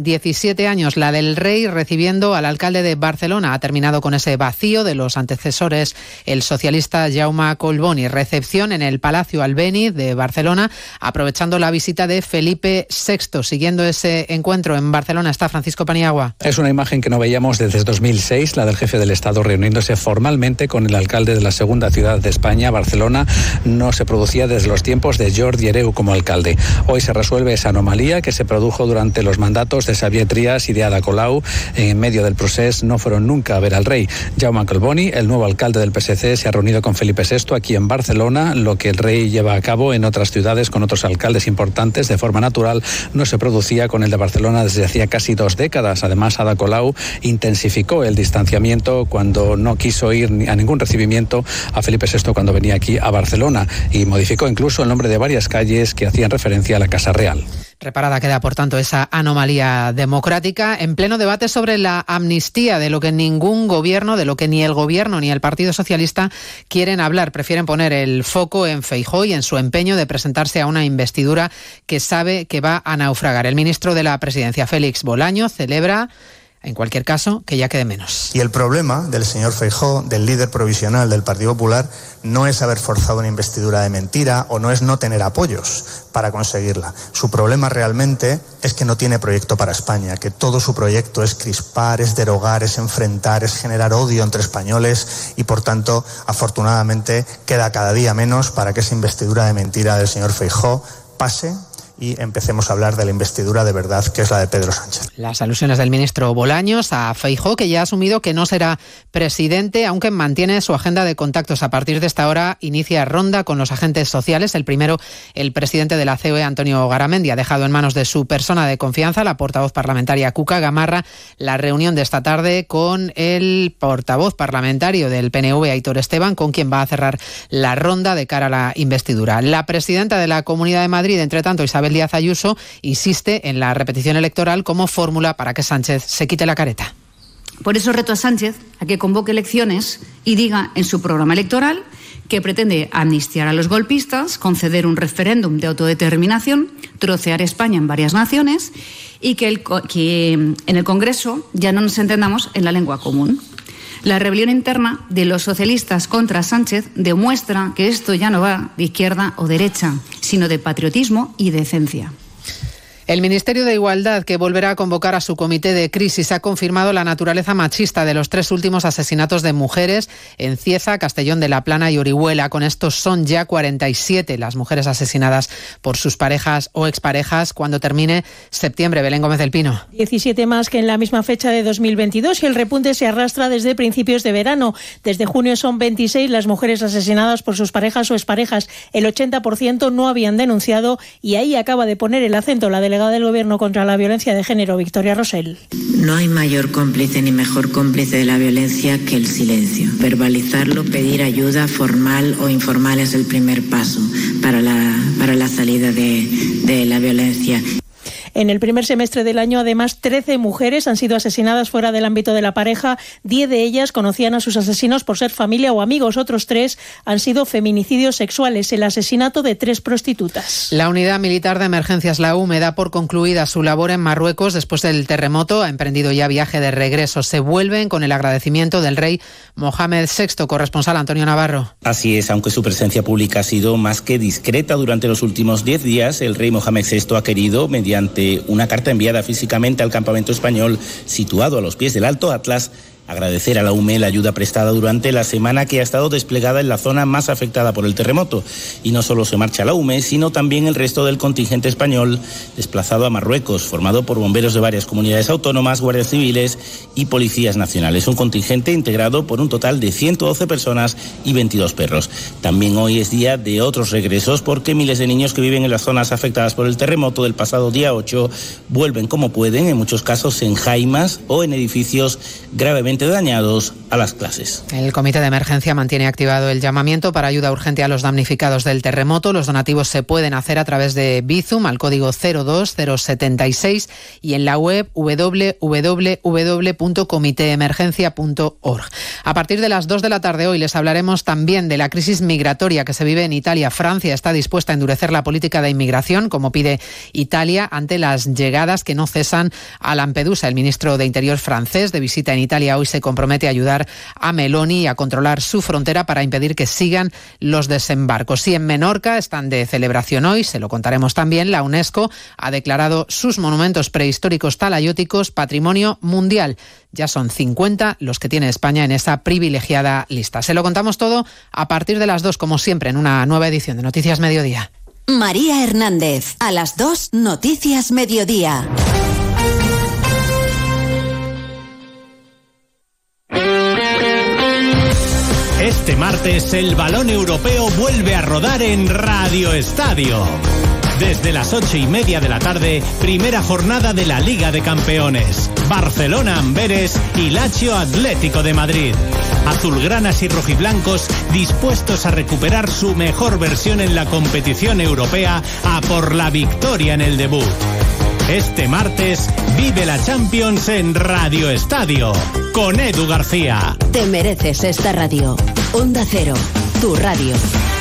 17 años, la del rey recibiendo al alcalde de Barcelona. Ha terminado con ese vacío de los antecesores el socialista Jaume Collboni. Recepción en el Palacio Albéniz de Barcelona, aprovechando la visita de Felipe VI. Siguiendo ese encuentro en Barcelona está Francisco Paniagua.
Es una imagen que no veíamos desde 2006, la del jefe del Estado reuniéndose formalmente con el alcalde de la segunda ciudad de España, Barcelona. No se producía desde los tiempos de Jordi Hereu como alcalde. Hoy se resuelve esa anomalía que se produjo durante los mandatos de Xavier Trias y de Ada Colau. En medio del proceso no fueron nunca a ver al rey. Jaume Collboni, el nuevo alcalde del PSC, se ha reunido con Felipe VI aquí en Barcelona. Lo que el rey lleva a cabo en otras ciudades con otros alcaldes importantes de forma natural no se producía con el de Barcelona desde hacía casi 2 décadas. Además, Ada Colau intensificó el distanciamiento cuando no quiso ir a ningún recibimiento a Felipe VI cuando venía aquí a Barcelona, y modificó incluso el nombre de varias calles que hacían referencia a la Casa Real.
Reparada queda, por tanto, esa anomalía democrática en pleno debate sobre la amnistía, de lo que ningún gobierno, de lo que ni el gobierno ni el Partido Socialista quieren hablar. Prefieren poner el foco en Feijóo y en su empeño de presentarse a una investidura que sabe que va a naufragar. El ministro de la Presidencia, Félix Bolaños, celebra, en cualquier caso, que ya quede menos.
Y el problema del señor Feijóo, del líder provisional del Partido Popular, no es haber forzado una investidura de mentira o no es no tener apoyos para conseguirla. Su problema realmente es que no tiene proyecto para España, que todo su proyecto es crispar, es derogar, es enfrentar, es generar odio entre españoles y, por tanto, afortunadamente, queda cada día menos para que esa investidura de mentira del señor Feijóo pase y empecemos a hablar de la investidura de verdad, que es la de Pedro Sánchez.
Las alusiones del ministro Bolaños a Feijóo, que ya ha asumido que no será presidente, aunque mantiene su agenda de contactos. A partir de esta hora inicia ronda con los agentes sociales. El primero, el presidente de la COE, Antonio Garamendi, ha dejado en manos de su persona de confianza, la portavoz parlamentaria Cuca Gamarra, la reunión de esta tarde con el portavoz parlamentario del PNV, Aitor Esteban, con quien va a cerrar la ronda de cara a la investidura. La presidenta de la Comunidad de Madrid, entre tanto, Isabel Díaz Ayuso, insiste en la repetición electoral como fórmula para que Sánchez se quite la careta.
Por eso reto a Sánchez a que convoque elecciones y diga en su programa electoral que pretende amnistiar a los golpistas, conceder un referéndum de autodeterminación, trocear España en varias naciones y que en el Congreso ya no nos entendamos en la lengua común. La rebelión interna de los socialistas contra Sánchez demuestra que esto ya no va de izquierda o derecha, sino de patriotismo y decencia.
El Ministerio de Igualdad, que volverá a convocar a su comité de crisis, ha confirmado la naturaleza machista de los 3 últimos asesinatos de mujeres en Cieza, Castellón de la Plana y Orihuela. Con estos son ya 47 las mujeres asesinadas por sus parejas o exparejas cuando termine septiembre. Belén Gómez del Pino.
17 más que en la misma fecha de 2022 y el repunte se arrastra desde principios de verano. Desde junio son 26 las mujeres asesinadas por sus parejas o exparejas. El 80% no habían denunciado y ahí acaba de poner el acento la delegada del Gobierno contra la violencia de género, Victoria Rosell.
No hay mayor cómplice ni mejor cómplice de la violencia que el silencio. Verbalizarlo, pedir ayuda formal o informal es el primer paso para la salida de la violencia.
En el primer semestre del año, además, 13 mujeres han sido asesinadas fuera del ámbito de la pareja. 10 de ellas conocían a sus asesinos por ser familia o amigos. Otros 3 han sido feminicidios sexuales, el asesinato de 3 prostitutas.
La Unidad Militar de Emergencias, la UME, da por concluida su labor en Marruecos después del terremoto. Ha emprendido ya viaje de regreso. Se vuelven con el agradecimiento del rey Mohamed VI. Corresponsal Antonio Navarro.
Así es, aunque su presencia pública ha sido más que discreta durante los últimos 10 días, el rey Mohamed VI ha querido, mediante una carta enviada físicamente al campamento español situado a los pies del Alto Atlas, agradecer a la UME la ayuda prestada durante la semana que ha estado desplegada en la zona más afectada por el terremoto. Y no solo se marcha la UME, sino también el resto del contingente español desplazado a Marruecos, formado por bomberos de varias comunidades autónomas, guardias civiles y policías nacionales. Un contingente integrado por un total de 112 personas y 22 perros. También hoy es día de otros regresos porque miles de niños que viven en las zonas afectadas por el terremoto del pasado día 8 vuelven como pueden, en muchos casos en jaimas o en edificios gravemente gravemente dañados a las clases.
El Comité de Emergencia mantiene activado el llamamiento para ayuda urgente a los damnificados del terremoto. Los donativos se pueden hacer a través de Bizum al código 02076 y en la web www.comiteemergencia.org. A partir de las 2 de la tarde hoy les hablaremos también de la crisis migratoria que se vive en Italia. Francia está dispuesta a endurecer la política de inmigración, como pide Italia, ante las llegadas que no cesan a Lampedusa. El ministro de Interior francés, de visita en Italia hoy, se compromete a ayudar a Meloni y a controlar su frontera para impedir que sigan los desembarcos. Y en Menorca están de celebración hoy, se lo contaremos también. La UNESCO ha declarado sus monumentos prehistóricos talayóticos Patrimonio Mundial. Ya son 50 los que tiene España en esa privilegiada lista. Se lo contamos todo a partir de las 2, como siempre, en una nueva edición de Noticias Mediodía.
María Hernández, a las 2, Noticias Mediodía.
Este martes el balón europeo vuelve a rodar en Radio Estadio. Desde las 8:30 de la tarde, primera jornada de la Liga de Campeones. Barcelona-Amberes y Lazio Atlético de Madrid. Azulgranas y rojiblancos dispuestos a recuperar su mejor versión en la competición europea a por la victoria en el debut. Este martes vive la Champions en Radio Estadio con Edu García.
Te mereces esta radio. Onda Cero, tu radio.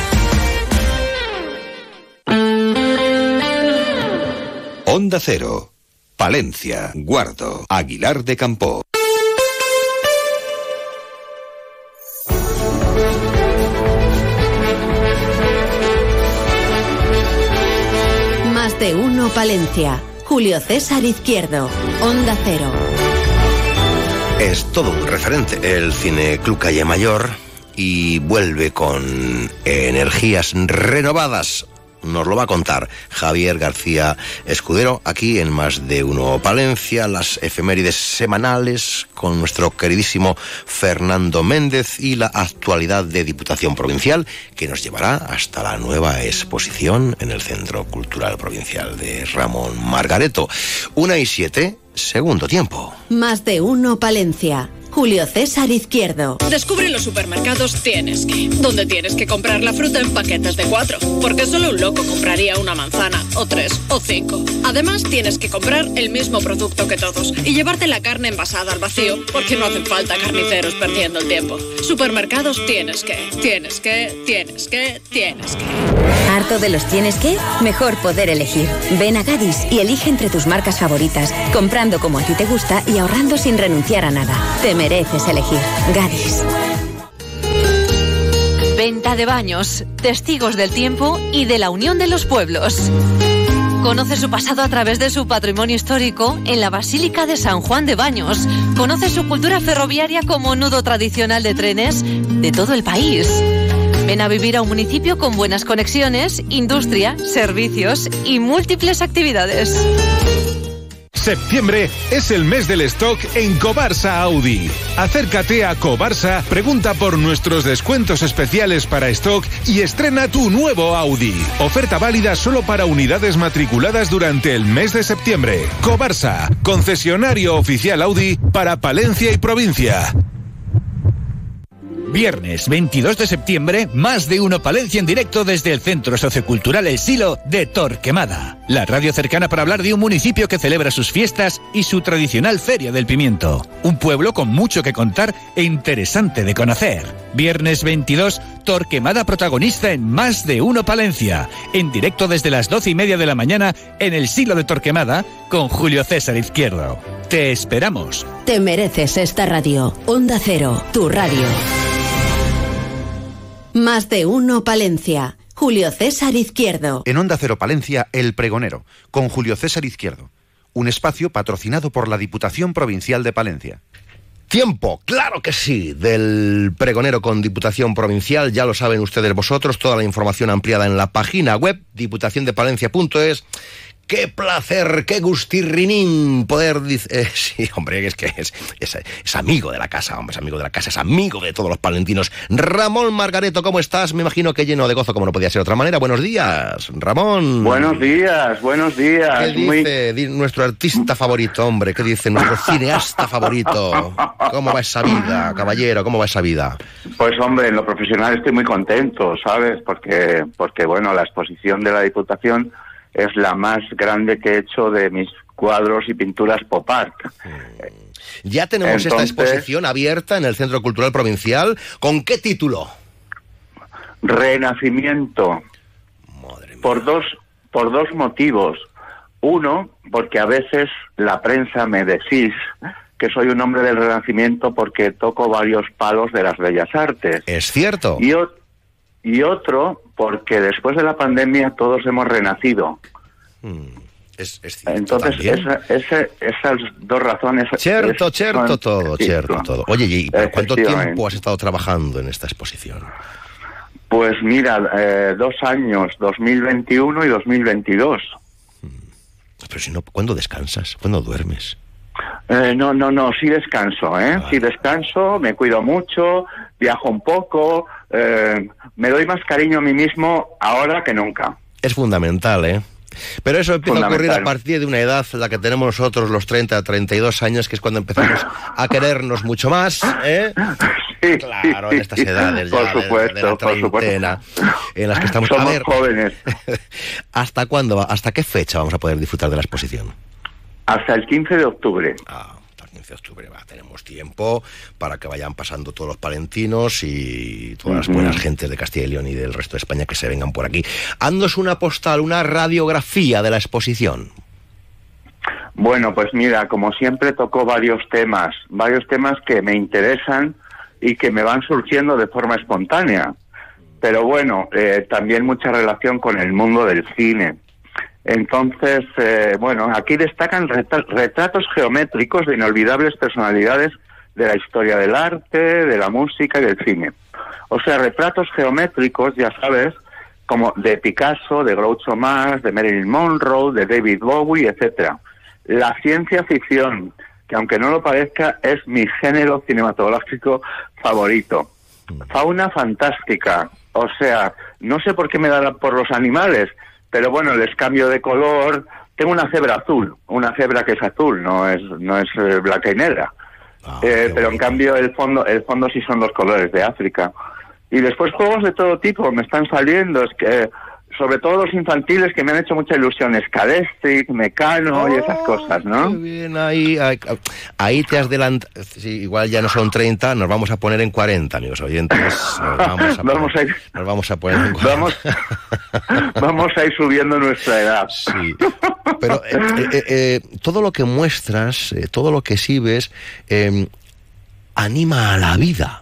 Onda Cero, Palencia, Guardo, Aguilar de Campoo.
Más de uno Palencia. Julio César Izquierdo, Onda Cero.
Es todo un referente el Cine Club Calle Mayor y vuelve con energías renovadas. Nos lo va a contar Javier García Escudero aquí en Más de Uno Palencia, las efemérides semanales con nuestro queridísimo Fernando Méndez y la actualidad de Diputación Provincial que nos llevará hasta la nueva exposición en el Centro Cultural Provincial de Ramón Margareto. 1:07, segundo tiempo.
Más de Uno Palencia. Julio César Izquierdo.
Descubre en los supermercados Tienes Que, donde tienes que comprar la fruta en paquetes de 4, porque solo un loco compraría una manzana, o 3, o 5. Además, tienes que comprar el mismo producto que todos y llevarte la carne envasada al vacío, porque no hacen falta carniceros perdiendo el tiempo. Supermercados Tienes Que, Tienes Que, Tienes Que, Tienes Que.
¿Harto de los Tienes Que? Mejor poder elegir. Ven a Gadis y elige entre tus marcas favoritas, comprando como a ti te gusta y ahorrando sin renunciar a nada. Te mereces elegir. Gadis.
Venta de baños, testigos del tiempo y de la unión de los pueblos. Conoce su pasado a través de su patrimonio histórico en la Basílica de San Juan de Baños. Conoce su cultura ferroviaria como nudo tradicional de trenes de todo el país. Ven a vivir a un municipio con buenas conexiones, industria, servicios y múltiples actividades.
Septiembre es el mes del stock en Cobarsa Audi. Acércate a Cobarsa, pregunta por nuestros descuentos especiales para stock y estrena tu nuevo Audi. Oferta válida solo para unidades matriculadas durante el mes de septiembre. Cobarsa, concesionario oficial Audi para Palencia y provincia.
Viernes 22 de septiembre, Más de Uno Palencia en directo desde el Centro Sociocultural El Silo de Torquemada. La radio cercana para hablar de un municipio que celebra sus fiestas y su tradicional Feria del Pimiento. Un pueblo con mucho que contar e interesante de conocer. Viernes 22, Torquemada protagonista en Más de Uno Palencia. En directo desde las 12:30 de la mañana en El Silo de Torquemada con Julio César Izquierdo. Te esperamos.
Te mereces esta radio. Onda Cero, tu radio. Más de Uno Palencia. Julio César Izquierdo.
En Onda Cero Palencia, El Pregonero, con Julio César Izquierdo. Un espacio patrocinado por la Diputación Provincial de Palencia.
Tiempo, claro que sí, del Pregonero con Diputación Provincial, ya lo saben ustedes vosotros, toda la información ampliada en la página web, diputaciondepalencia.es, Qué placer, qué gustirrinín poder... sí, hombre, es que es amigo de la casa, hombre, es amigo de la casa, es amigo de todos los palentinos. Ramón Margareto, ¿cómo estás? Me imagino que lleno de gozo, como no podía ser de otra manera. Buenos días, Ramón.
Buenos días.
¿Qué dice nuestro artista favorito, hombre? ¿Qué dice nuestro cineasta favorito? ¿Cómo va esa vida, caballero? ¿Cómo va esa vida?
Pues, hombre, en lo profesional estoy muy contento, ¿sabes? Porque bueno, la exposición de la Diputación es la más grande que he hecho de mis cuadros y pinturas pop art.
Ya tenemos esta exposición abierta en el Centro Cultural Provincial. ¿Con qué título?
Renacimiento. Madre mía. Por dos motivos. Uno, porque a veces la prensa me decís que soy un hombre del Renacimiento porque toco varios palos de las bellas artes.
Es cierto.
Y otro, porque después de la pandemia todos hemos renacido.
Es cierto.
Entonces, esas dos razones...
Cierto todo. Oye, ¿y por cuánto tiempo has estado trabajando en esta exposición?
Pues mira, 2 años, 2021 y 2022.
Pero si no, ¿cuándo descansas? ¿Cuándo duermes?
No, sí descanso, Sí descanso, me cuido mucho, viajo un poco, me doy más cariño a mí mismo ahora que nunca.
Es fundamental, Pero eso empieza a ocurrir a partir de una edad, la que tenemos nosotros, los 30, 32 años, que es cuando empezamos a querernos mucho más,
Sí,
claro, en estas edades ya,
por supuesto,
de la treintena, en las que estamos...
Somos jóvenes.
¿Hasta cuándo, hasta qué fecha vamos a poder disfrutar de la exposición?
Hasta el 15 de octubre.
Hasta el 15 de octubre, tenemos tiempo para que vayan pasando todos los palentinos y todas las buenas gentes de Castilla y León y del resto de España que se vengan por aquí. Haznos una postal, una radiografía de la exposición.
Bueno, pues mira, como siempre toco varios temas que me interesan y que me van surgiendo de forma espontánea. Pero bueno, también mucha relación con el mundo del cine. Entonces, aquí destacan retratos geométricos de inolvidables personalidades de la historia del arte, de la música y del cine. O sea, retratos geométricos, ya sabes, como de Picasso, de Groucho Marx, de Marilyn Monroe, de David Bowie, etcétera. La ciencia ficción, que aunque no lo parezca, es mi género cinematográfico favorito. Fauna fantástica, o sea, no sé por qué me da por los animales, pero bueno, les cambio de color. Tengo una cebra azul, una cebra que es azul, no es blanca y negra. Pero en cambio el fondo sí son los colores de África. Y después juegos de todo tipo me están saliendo, es que sobre todo los infantiles que me han hecho mucha ilusión, Scalestric, Mecano y esas cosas, ¿no?
Muy bien, ahí te has adelantado. Sí, igual ya no son 30, nos vamos a poner en 40, amigos oyentes. Nos vamos a poner en 40.
Vamos a ir subiendo nuestra edad.
Sí, pero todo lo que muestras, todo lo que exhibes, anima a la vida.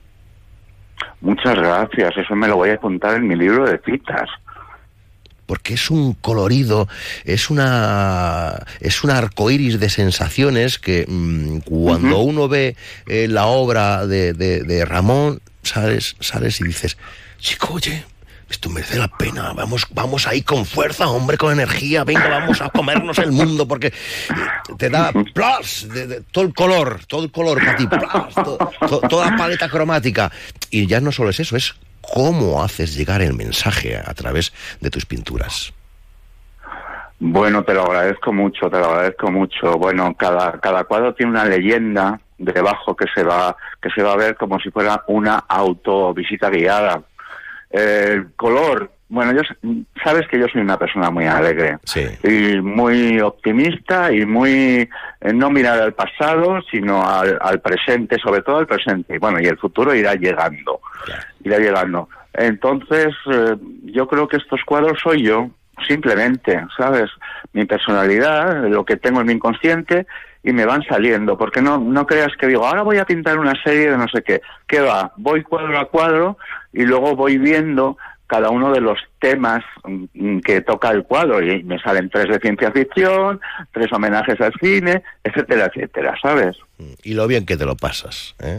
Muchas gracias, eso me lo voy a apuntar en mi libro de citas.
Porque es un colorido, es un arcoíris de sensaciones que cuando uno ve la obra de Ramón, sales y dices, chico, oye, esto merece la pena, vamos ahí con fuerza, hombre, con energía, venga, vamos a comernos el mundo, porque te da plus, todo el color para ti, plus, toda paleta cromática. Y ya no solo es eso, es cómo haces llegar el mensaje a través de tus pinturas.
Bueno, te lo agradezco mucho. Bueno, cada cuadro tiene una leyenda debajo que se va a ver como si fuera una autovisita guiada. El color, bueno, sabes que yo soy una persona muy alegre,
sí,
y muy optimista y muy no mirar al pasado, sino al presente, sobre todo al presente. Bueno, y el futuro irá llegando. Entonces, yo creo que estos cuadros soy yo, simplemente, ¿sabes? Mi personalidad, lo que tengo en mi inconsciente, y me van saliendo, porque no creas que digo, ahora voy a pintar una serie de no sé qué. ¿Qué va? Voy cuadro a cuadro y luego voy viendo cada uno de los temas que toca el cuadro, y me salen 3 de ciencia ficción, 3 homenajes al cine, etcétera, etcétera, ¿sabes?
Y lo bien que te lo pasas, ¿eh?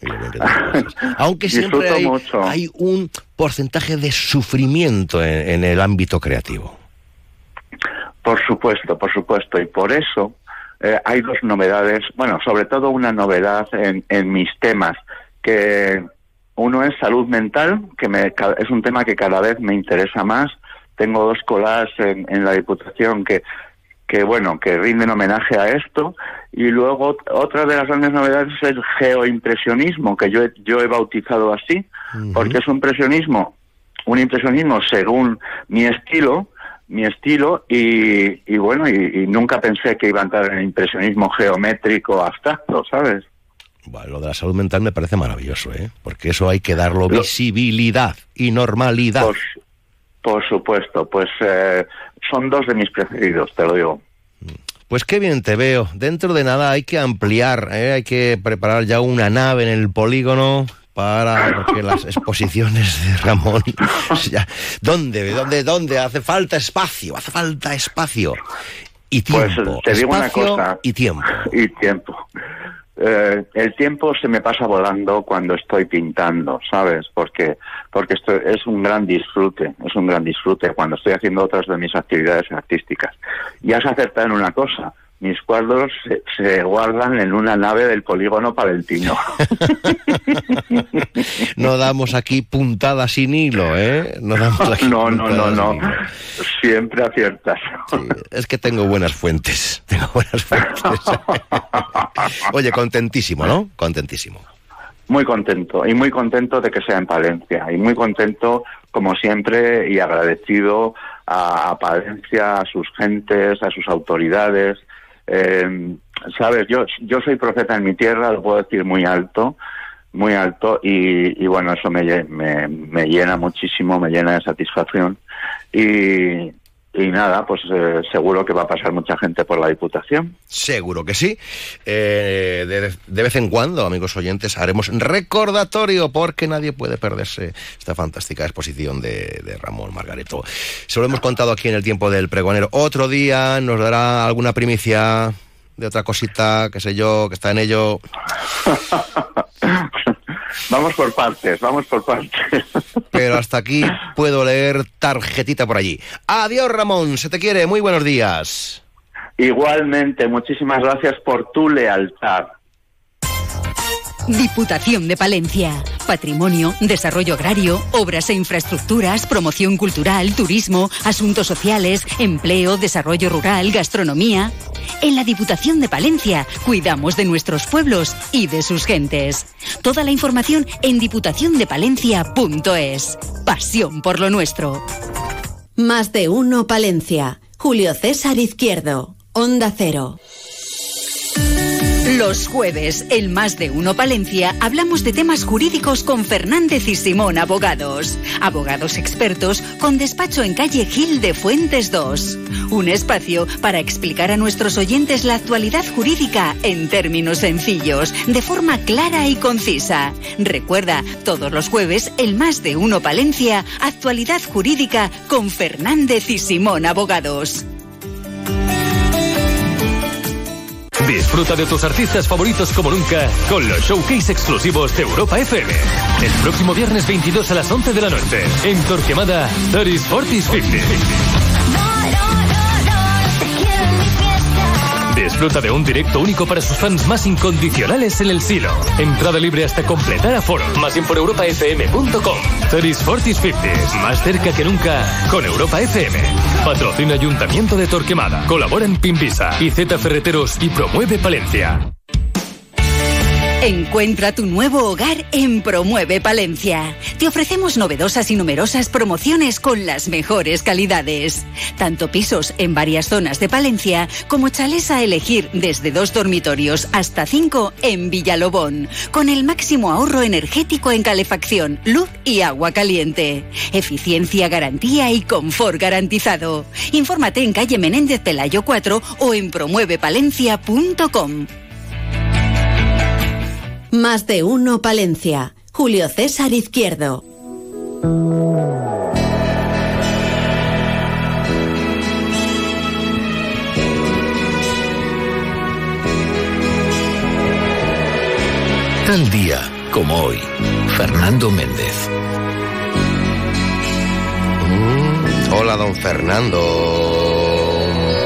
Aunque siempre hay un porcentaje de sufrimiento en el ámbito creativo.
Por supuesto. Y por eso hay dos novedades, bueno, sobre todo una novedad en mis temas, que uno es salud mental, que es un tema que cada vez me interesa más. Tengo 2 collages en la Diputación que rinden homenaje a esto. Y luego otra de las grandes novedades es el geoimpresionismo, que yo he bautizado así, porque es un impresionismo según mi estilo, y nunca pensé que iba a entrar en el impresionismo geométrico abstracto, ¿sabes?
Bueno, lo de la salud mental me parece maravilloso, porque eso hay que darlo visibilidad y normalidad.
Por supuesto, pues son 2 de mis preferidos, te lo digo.
Pues qué bien te veo. Dentro de nada hay que ampliar, hay que preparar ya una nave en el polígono porque las exposiciones de Ramón... ¿Dónde? Hace falta espacio. Y tiempo.
Pues te digo una cosa.
Y tiempo.
El tiempo se me pasa volando cuando estoy pintando, ¿sabes? Porque esto es un gran disfrute cuando estoy haciendo otras de mis actividades artísticas. Y has acertado en una cosa: mis cuadros se guardan en una nave del polígono palentino.
No damos aquí puntadas sin hilo, ¿eh? No.
Siempre aciertas.
Sí, es que tengo buenas fuentes. Oye, contentísimo, ¿no? Contentísimo.
Muy contento, y muy contento de que sea en Palencia, y muy contento, como siempre, y agradecido a Palencia, a sus gentes, a sus autoridades. Sabes, yo soy profeta en mi tierra, lo puedo decir muy alto, y bueno, eso me llena muchísimo, me llena de satisfacción, y nada, pues seguro que va a pasar mucha gente por la Diputación.
Seguro que sí. De vez en cuando, amigos oyentes, haremos recordatorio, porque nadie puede perderse esta fantástica exposición de Ramón Margareto. Se lo hemos contado aquí en el tiempo del pregonero. Otro día nos dará alguna primicia de otra cosita, qué sé yo, que está en ello.
Vamos por partes.
Pero hasta aquí puedo leer tarjetita por allí. Adiós, Ramón, se te quiere, muy buenos días.
Igualmente, muchísimas gracias por tu lealtad.
Diputación de Palencia. Patrimonio, desarrollo agrario, obras e infraestructuras, promoción cultural, turismo, asuntos sociales, empleo, desarrollo rural, gastronomía. En la Diputación de Palencia cuidamos de nuestros pueblos y de sus gentes. Toda la información en diputaciondepalencia.es. Pasión por lo nuestro.
Más de uno Palencia. Julio César Izquierdo. Onda Cero.
Los jueves, en Más de Uno Palencia, hablamos de temas jurídicos con Fernández y Simón Abogados. Abogados expertos con despacho en calle Gil de Fuentes 2. Un espacio para explicar a nuestros oyentes la actualidad jurídica en términos sencillos, de forma clara y concisa. Recuerda, todos los jueves, en Más de Uno Palencia, actualidad jurídica con Fernández y Simón Abogados.
Disfruta de tus artistas favoritos como nunca con los showcase exclusivos de Europa FM. El próximo viernes 22 a las 11 de la noche, en Torquemada, 30s, 40s, 50s. Disfruta de un directo único para sus fans más incondicionales en el Silo. Entrada libre hasta completar aforo. Más info en europafm.com. 30s, 40s, 50s. Más cerca que nunca con Europa FM. Patrocina Ayuntamiento de Torquemada. Colaboran Pimpisa, IZ Ferreteros y Promueve Palencia.
Encuentra tu nuevo hogar en Promueve Palencia. Te ofrecemos novedosas y numerosas promociones con las mejores calidades. Tanto pisos en varias zonas de Palencia como chalés a elegir desde 2 dormitorios hasta 5 en Villalobón, con el máximo ahorro energético en calefacción, luz y agua caliente. Eficiencia, garantía y confort garantizado. Infórmate en calle Menéndez Pelayo 4 o en promuevepalencia.com.
Más de uno Palencia. Julio César Izquierdo.
Tal día como hoy, Fernando Méndez.
Hola, don Fernando.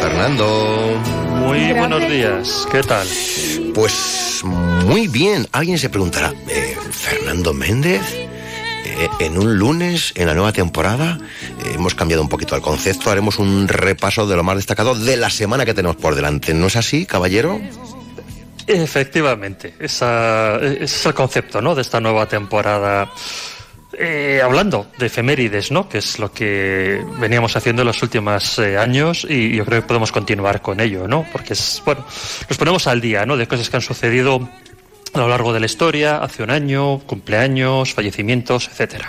Fernando.
Muy buenos días, ¿qué tal?
Pues muy bien. Alguien se preguntará, ¿Fernando Méndez? En un lunes, en la nueva temporada, hemos cambiado un poquito el concepto, haremos un repaso de lo más destacado de la semana que tenemos por delante. ¿No es así, caballero?
Efectivamente, ese es el concepto, ¿no?, de esta nueva temporada. Hablando de efemérides, ¿no?, que es lo que veníamos haciendo en los últimos años, y yo creo que podemos continuar con ello, ¿no?, porque nos ponemos al día, ¿no?, de cosas que han sucedido a lo largo de la historia, hace un año, cumpleaños, fallecimientos, etcétera.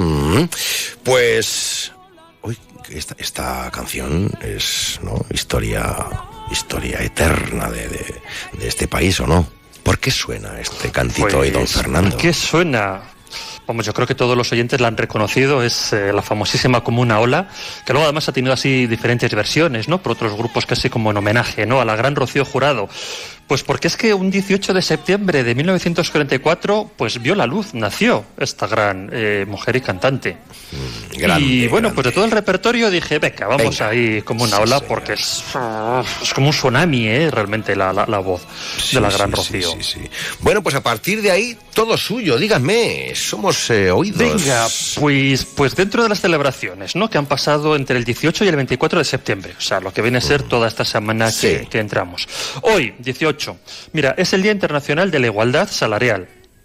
Pues esta canción es, ¿no?, historia eterna de este país, ¿o no? ¿Por qué suena este cantito hoy, don Fernando?
¿Por qué suena? Vamos, yo creo que todos los oyentes la han reconocido, es la famosísima Como una ola, que luego además ha tenido así diferentes versiones, ¿no?, por otros grupos, casi como en homenaje, ¿no?, a la gran Rocío Jurado. Pues porque es que un 18 de septiembre de 1944, pues vio la luz, nació esta gran mujer y cantante.
Grande,
y bueno,
grande.
pues de todo el repertorio dije, vamos ahí Como una ola, porque es como un tsunami, realmente la voz de la gran Rocío.
Sí. Bueno, pues a partir de ahí, todo suyo, díganme, somos oídos.
Venga, pues dentro de las celebraciones, ¿no?, que han pasado entre el 18 y el 24 de septiembre, o sea, lo que viene a ser toda esta semana que entramos. Hoy, 18, mira, es el Día Internacional de la Igualdad Salarial.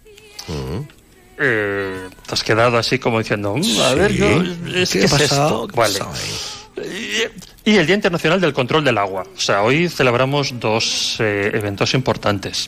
Te has quedado así como diciendo, a ver, ¿qué es esto? Vale. Y el Día Internacional del Control del Agua. O sea, hoy celebramos dos eventos importantes.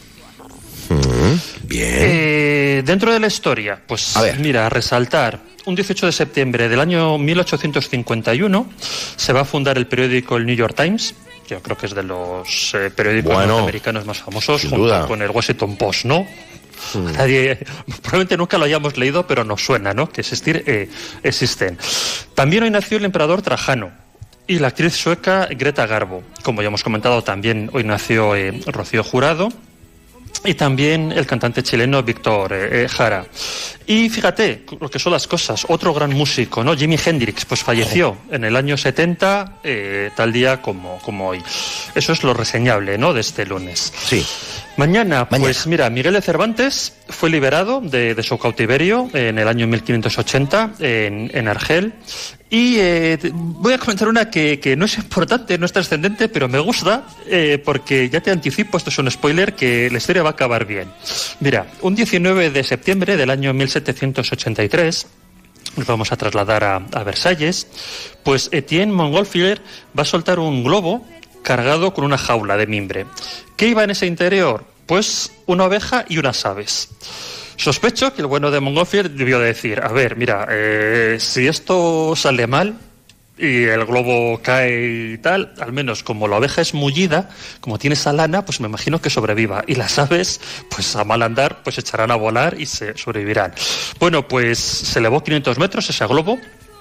Bien.
Dentro de la historia, pues mira, a resaltar, un 18 de septiembre del año 1851 se va a fundar el periódico el New York Times. Yo creo que es de los periódicos norteamericanos más famosos, junto con el Washington Post, ¿no? Nadie, probablemente nunca lo hayamos leído, pero nos suena, ¿no?, que existir existen. También hoy nació el emperador Trajano y la actriz sueca Greta Garbo. Como ya hemos comentado, también hoy nació Rocío Jurado y también el cantante chileno Víctor Jara. Y fíjate lo que son las cosas, otro gran músico, ¿no?, Jimi Hendrix, pues falleció en el año 70, tal día como hoy. Eso es lo reseñable, ¿no?, de este lunes.
Sí.
Mañana, pues mira, Miguel de Cervantes fue liberado de su cautiverio en el año 1580 en Argel. Y voy a comentar una que no es importante, no es trascendente, pero me gusta, porque ya te anticipo, esto es un spoiler, que la historia va a acabar bien. Mira, un 19 de septiembre del año 1783, nos vamos a trasladar a Versalles, pues Etienne Montgolfier va a soltar un globo cargado con una jaula de mimbre. ¿Qué iba en ese interior? Pues una oveja y unas aves. Sospecho que el bueno de Montgolfier debió decir, a ver, mira, si esto sale mal y el globo cae y tal, al menos como la oveja es mullida, como tiene esa lana, pues me imagino que sobreviva. Y las aves, pues a mal andar, pues echarán a volar y se sobrevivirán. Bueno, pues se elevó 500 metros ese globo.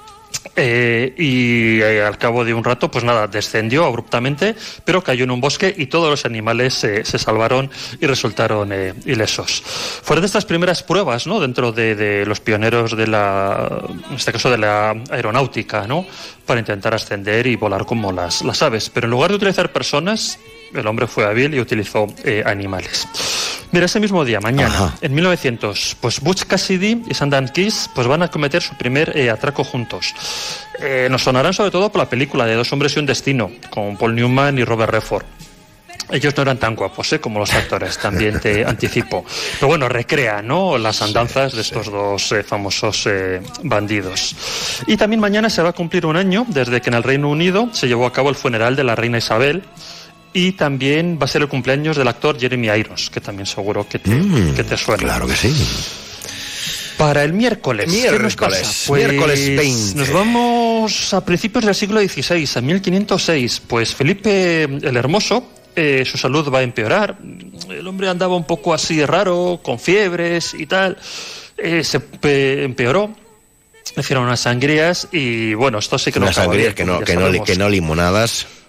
Y al cabo de un rato, pues nada, descendió abruptamente, pero cayó en un bosque y todos los animales se salvaron y resultaron ilesos. Fueron de estas primeras pruebas, ¿no?, dentro de los pioneros en este caso de la aeronáutica, ¿no?, para intentar ascender y volar como las aves. Pero en lugar de utilizar personas, el hombre fue hábil y utilizó animales. Mira, ese mismo día, mañana, en 1900, pues Butch Cassidy y Sundance Kiss pues van a cometer su primer atraco juntos. Nos sonarán sobre todo por la película de Dos hombres y un destino, con Paul Newman y Robert Redford. Ellos no eran tan guapos como los actores, también te anticipo. Pero bueno, recrea, ¿no?, las andanzas de estos dos famosos bandidos. Y también mañana se va a cumplir un año desde que en el Reino Unido se llevó a cabo el funeral de la reina Isabel. Y también va a ser el cumpleaños del actor Jeremy Irons, que también seguro que te suena.
Claro que sí.
Para el miércoles, ¿qué nos pasa? Pues
miércoles 20.
Nos vamos a principios del siglo XVI, a 1506. Pues Felipe el Hermoso, su salud va a empeorar. El hombre andaba un poco así raro, con fiebres y tal. Se empeoró. Hicieron unas sangrías y bueno, esto sí que no
acaba bien. Que no limonadas.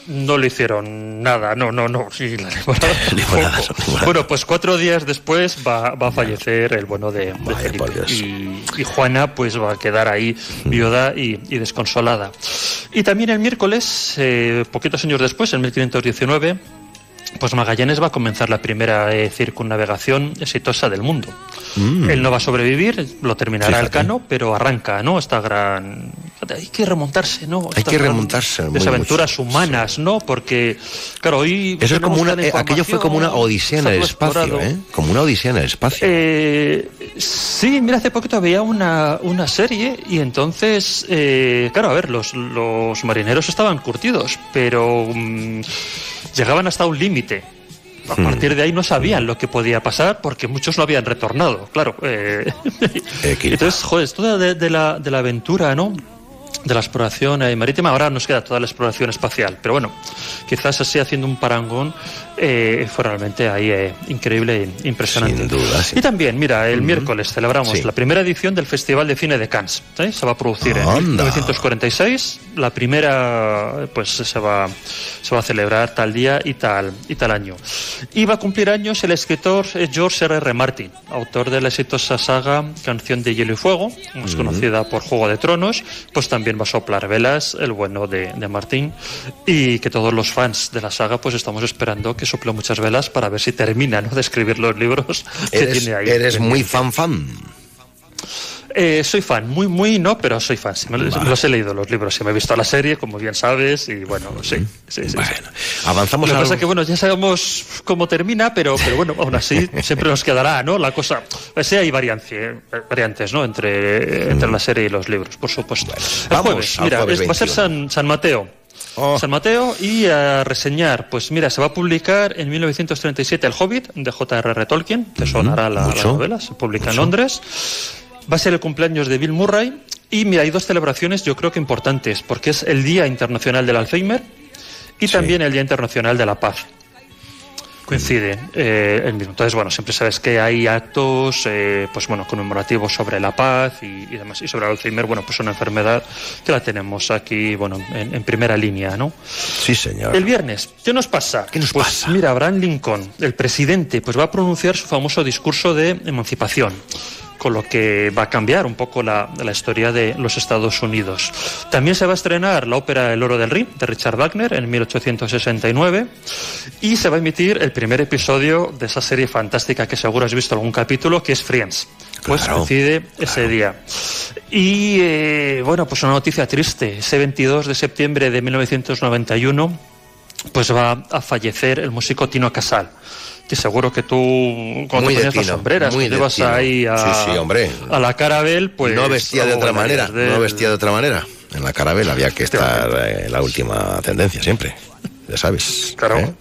no le hicieron nada, no. Sí, la limonada. Bueno, pues 4 días después va a fallecer el bueno de Felipe. Y Juana pues va a quedar ahí viuda y desconsolada. Y también el miércoles, poquitos años después, en 1519, pues Magallanes va a comenzar la primera circunnavegación exitosa del mundo. Él no va a sobrevivir, lo terminará el Cano, pero arranca, ¿no? Esta gran... Hay que remontarse, ¿no?
Hay que remontarse.
Desaventuras humanas, ¿no? Porque, claro, hoy...
Eso es como aquello fue como una odisea en el espacio, ¿eh? Como una odisea en el espacio.
Sí, mira, hace poquito había una serie y entonces, claro, a ver, los marineros estaban curtidos, pero llegaban hasta un límite. A partir de ahí no sabían lo que podía pasar porque muchos no habían retornado, claro. Entonces, joder, esto de la aventura, ¿no? De la exploración marítima, ahora nos queda toda la exploración espacial, pero bueno, quizás así haciendo un parangón fue realmente ahí increíble e impresionante.
Sin duda, sí.
Y también, mira, el miércoles celebramos la primera edición del Festival de Cine de Cannes, ¿sí? Se va a producir en 1946, la primera pues se va a celebrar tal día y tal año. Y va a cumplir años el escritor George R.R. Martin, autor de la exitosa saga Canción de Hielo y Fuego, más conocida por Juego de Tronos, pues también va a soplar velas el bueno de Martin, y que todos los fans de la saga pues estamos esperando que sople muchas velas para ver si termina, ¿no?, de escribir los libros que tiene ahí.
¿Eres muy fan?
Soy fan, muy no, pero soy fan. Sí, me los he leído los libros, sí, me he visto la serie, como bien sabes, y bueno, sí. Bueno,
avanzamos.
Lo que pasa es que, bueno, ya sabemos cómo termina, pero bueno, aún así siempre nos quedará, ¿no?, la cosa. Sí, hay variantes, ¿no?, entre la serie y los libros, por supuesto. El jueves, mira, va a ser San Mateo. San Mateo, y a reseñar, pues mira, se va a publicar en 1937 El Hobbit, de J.R.R. Tolkien, te sonará la novela, se publica en Londres. Va a ser el cumpleaños de Bill Murray, y mira, hay 2 celebraciones yo creo que importantes, porque es el Día Internacional del Alzheimer y también el Día Internacional de la Paz. Coincide el mismo. Entonces, bueno, siempre sabes que hay actos pues bueno, conmemorativos sobre la paz y demás. Y sobre el Alzheimer, bueno, pues una enfermedad que la tenemos aquí, bueno, en primera línea, ¿no?
Sí, señor.
El viernes, ¿qué nos pasa? Pues mira, Abraham Lincoln, el presidente, pues va a pronunciar su famoso discurso de emancipación, con lo que va a cambiar un poco la historia de los Estados Unidos. También se va a estrenar la ópera El Oro del Rin, de Richard Wagner, en 1869, y se va a emitir el primer episodio de esa serie fantástica que seguro has visto algún capítulo, que es Friends. Pues coincide ese día. Y bueno, pues una noticia triste. Ese 22 de septiembre de 1991, pues va a fallecer el músico Tino Casal, que seguro que tú, cuando te ponías las sombreras, que ibas ahí a la Carabel, pues...
No vestía de otra manera, En la Carabel había que estar en la última tendencia siempre, ya sabes.
Claro.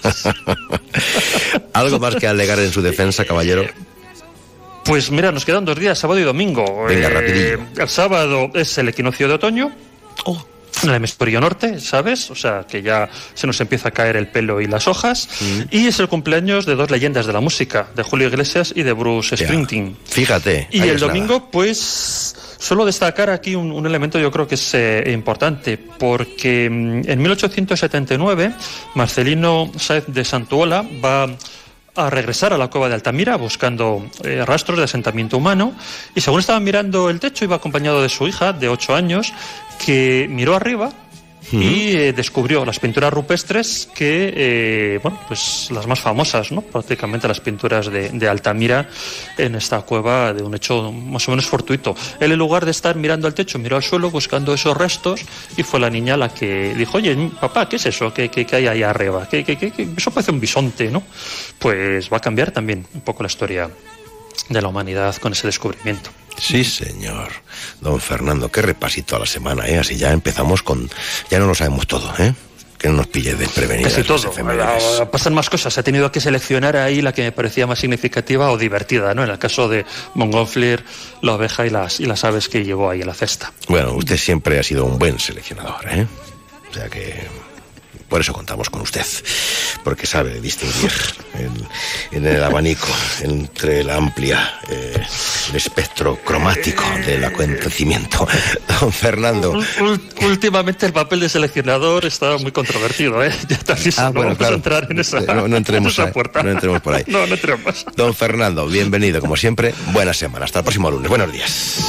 ¿Algo más que alegar en su defensa, caballero?
Pues mira, nos quedan 2 días, sábado y domingo.
Venga, rapidillo.
El sábado es el equinoccio de otoño. En el hemisferio norte, ¿sabes? O sea, que ya se nos empieza a caer el pelo y las hojas. Y es el cumpleaños de 2 leyendas de la música, de Julio Iglesias y de Bruce Springsteen.
Fíjate.
Y el domingo, pues, solo destacar aquí un elemento yo creo que es importante, porque en 1879 Marcelino Sáez de Santuola va a regresar a la cueva de Altamira buscando rastros de asentamiento humano, y según estaban mirando el techo, iba acompañado de su hija de 8 años, que miró arriba y descubrió las pinturas rupestres que, bueno, pues las más famosas, ¿no?, prácticamente las pinturas de Altamira en esta cueva, de un hecho más o menos fortuito. Él, en lugar de estar mirando al techo, miró al suelo buscando esos restos, y fue la niña la que dijo: oye, papá, ¿qué es eso? ¿Qué hay ahí arriba? Eso parece un bisonte, ¿no? Pues va a cambiar también un poco la historia de la humanidad con ese descubrimiento.
Sí, señor. Don Fernando, qué repasito a la semana, ¿eh? Así ya empezamos con... Ya no lo sabemos todo, ¿eh? Que no nos pille desprevenidos.
Casi todo. Pasan más cosas. He tenido que seleccionar ahí la que me parecía más significativa o divertida, ¿no? En el caso de Montgolfier, la oveja y las aves que llevó ahí en la cesta.
Bueno, usted siempre ha sido un buen seleccionador, ¿eh? O sea que... Por eso contamos con usted, porque sabe distinguir en el abanico entre la amplia el espectro cromático del acontecimiento. Don Fernando.
Últimamente el papel de seleccionador está muy controvertido, ¿eh? Ya también vamos a entrar en esa,
no entremos
puerta.
No entremos por ahí.
No entremos.
Don Fernando, bienvenido, como siempre. Buena semana. Hasta el próximo lunes. Buenos días.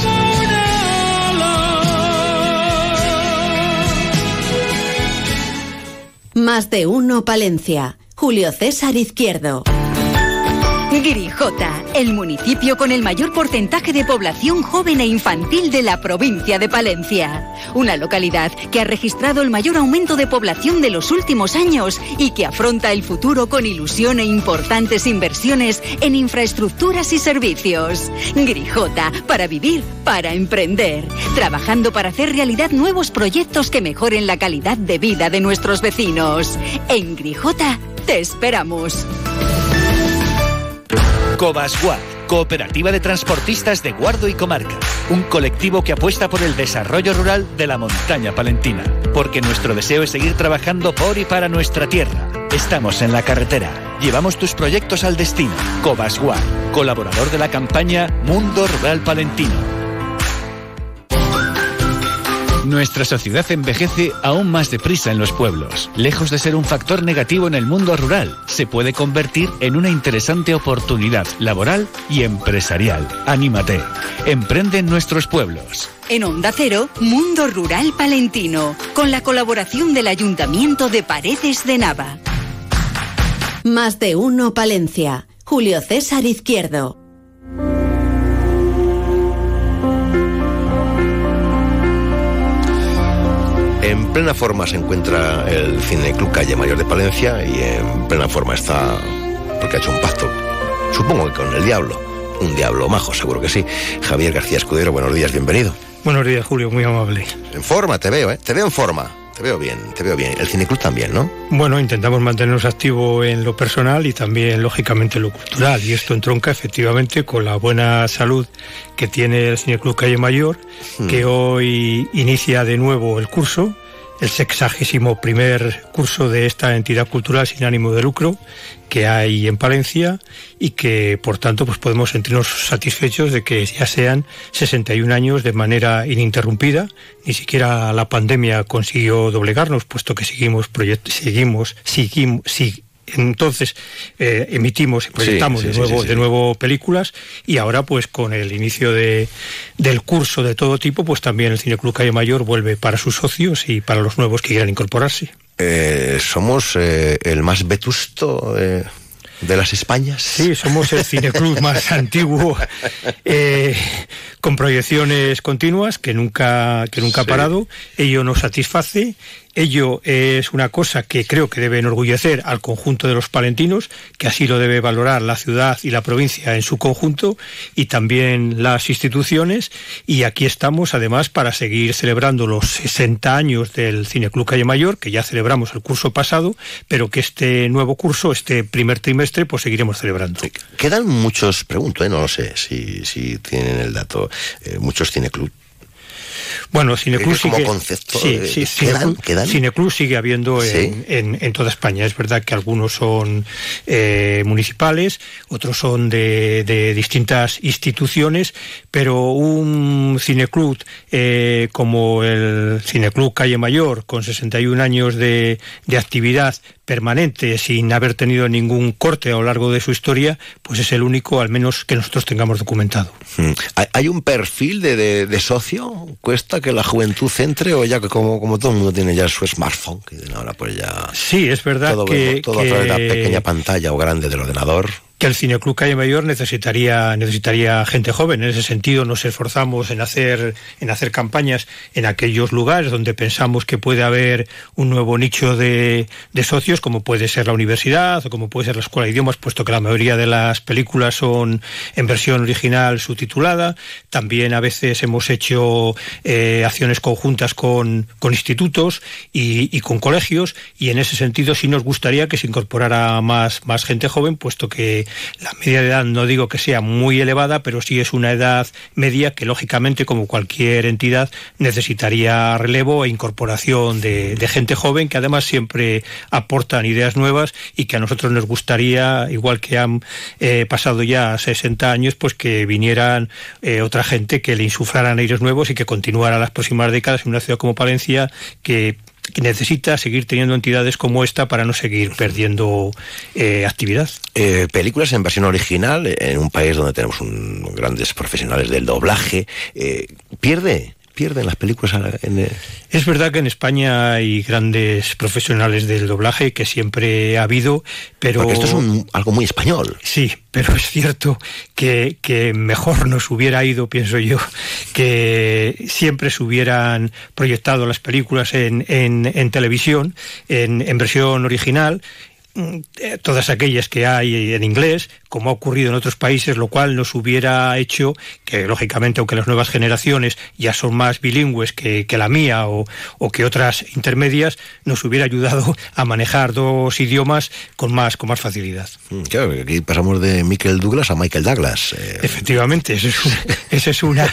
Más de uno Palencia. Julio César Izquierdo.
Grijota, el municipio con el mayor porcentaje de población joven e infantil de la provincia de Palencia. Una localidad que ha registrado el mayor aumento de población de los últimos años y que afronta el futuro con ilusión e importantes inversiones en infraestructuras y servicios. Grijota, para vivir, para emprender. Trabajando para hacer realidad nuevos proyectos que mejoren la calidad de vida de nuestros vecinos. En Grijota, te esperamos.
Cobasguard, Cooperativa de Transportistas de Guardo y Comarca. Un colectivo que apuesta por el desarrollo rural de la montaña palentina. Porque nuestro deseo es seguir trabajando por y para nuestra tierra. Estamos en la carretera. Llevamos tus proyectos al destino. Cobasguard, colaborador de la campaña Mundo Rural Palentino. Nuestra sociedad envejece aún más deprisa en los pueblos. Lejos de ser un factor negativo en el mundo rural, se puede convertir en una interesante oportunidad laboral y empresarial. Anímate. Emprende en nuestros pueblos.
En Onda Cero, Mundo Rural Palentino, con la colaboración del Ayuntamiento de Paredes de Nava.
Más de uno Palencia. Julio César Izquierdo.
En plena forma se encuentra el Cineclub Calle Mayor de Palencia y en plena forma está porque ha hecho un pacto, supongo que con el diablo, un diablo majo, seguro que sí. Javier García Escudero, buenos días, bienvenido.
Buenos días, Julio, muy amable.
En forma, te veo en forma. Te veo bien. El Cineclub también, ¿no?
Bueno, intentamos mantenernos activos en lo personal y también, lógicamente, en lo cultural. Y esto entronca, efectivamente, con la buena salud que tiene el Cineclub Calle Mayor, que hoy inicia de nuevo el curso, el 61º curso de esta entidad cultural sin ánimo de lucro que hay en Palencia y que, por tanto, pues podemos sentirnos satisfechos de que ya sean 61 años de manera ininterrumpida. Ni siquiera la pandemia consiguió doblegarnos, puesto que entonces emitimos y proyectamos de nuevo películas, y ahora pues con el inicio del curso de todo tipo, pues también el Cineclub Calle Mayor vuelve para sus socios y para los nuevos que quieran incorporarse.
Somos el más vetusto de las Españas.
Sí, somos el cineclub más antiguo, con proyecciones continuas, que nunca ha parado. Ello nos satisface. Ello es una cosa que creo que debe enorgullecer al conjunto de los palentinos, que así lo debe valorar la ciudad y la provincia en su conjunto, y también las instituciones. Y aquí estamos, además, para seguir celebrando los 60 años del Cineclub Calle Mayor, que ya celebramos el curso pasado, pero que este nuevo curso, este primer trimestre, pues seguiremos celebrando.
Sí. Quedan muchos, pregunto, no lo sé si tienen el dato, muchos cineclubs.
Bueno, Cineclub
como
sigue,
concepto,
sí,
¿quedan?
Cineclub sigue habiendo en toda España. Es verdad que algunos son municipales, otros son de distintas instituciones, pero un cineclub como el Cineclub Calle Mayor, con 61 años de actividad permanente, sin haber tenido ningún corte a lo largo de su historia, pues es el único, al menos, que nosotros tengamos documentado.
¿Hay un perfil de socio? ¿Cuesta que la juventud entre, o ya que como todo el mundo tiene ya su smartphone, que ahora pues ya...
Sí, es verdad
todo a través de la pequeña pantalla o grande del ordenador?
Que el Cineclub Calle Mayor necesitaría gente joven. En ese sentido nos esforzamos en hacer campañas en aquellos lugares donde pensamos que puede haber un nuevo nicho de socios, como puede ser la universidad o como puede ser la Escuela de Idiomas, puesto que la mayoría de las películas son en versión original subtitulada. También a veces hemos hecho acciones conjuntas con institutos y con colegios, y en ese sentido sí nos gustaría que se incorporara más gente joven, puesto que la media de edad no digo que sea muy elevada, pero sí es una edad media que lógicamente, como cualquier entidad, necesitaría relevo e incorporación de gente joven, que además siempre aportan ideas nuevas y que a nosotros nos gustaría, igual que han pasado ya 60 años, pues que vinieran otra gente que le insuflaran aires nuevos y que continuara las próximas décadas en una ciudad como Palencia, que necesita seguir teniendo entidades como esta para no seguir perdiendo actividad.
Películas en versión original, en un país donde tenemos grandes profesionales del doblaje, pierden las películas
Es verdad que en España hay grandes profesionales del doblaje, que siempre ha habido, pero...
Porque esto es algo muy español.
Sí, pero es cierto que mejor nos hubiera ido, pienso yo, que siempre se hubieran proyectado las películas en televisión, en versión original, todas aquellas que hay en inglés, como ha ocurrido en otros países, lo cual nos hubiera hecho que, lógicamente, aunque las nuevas generaciones ya son más bilingües que la mía o que otras intermedias, nos hubiera ayudado a manejar dos idiomas con más facilidad.
Claro, aquí pasamos de Michael Douglas a Michael Douglas.
Efectivamente, ese es un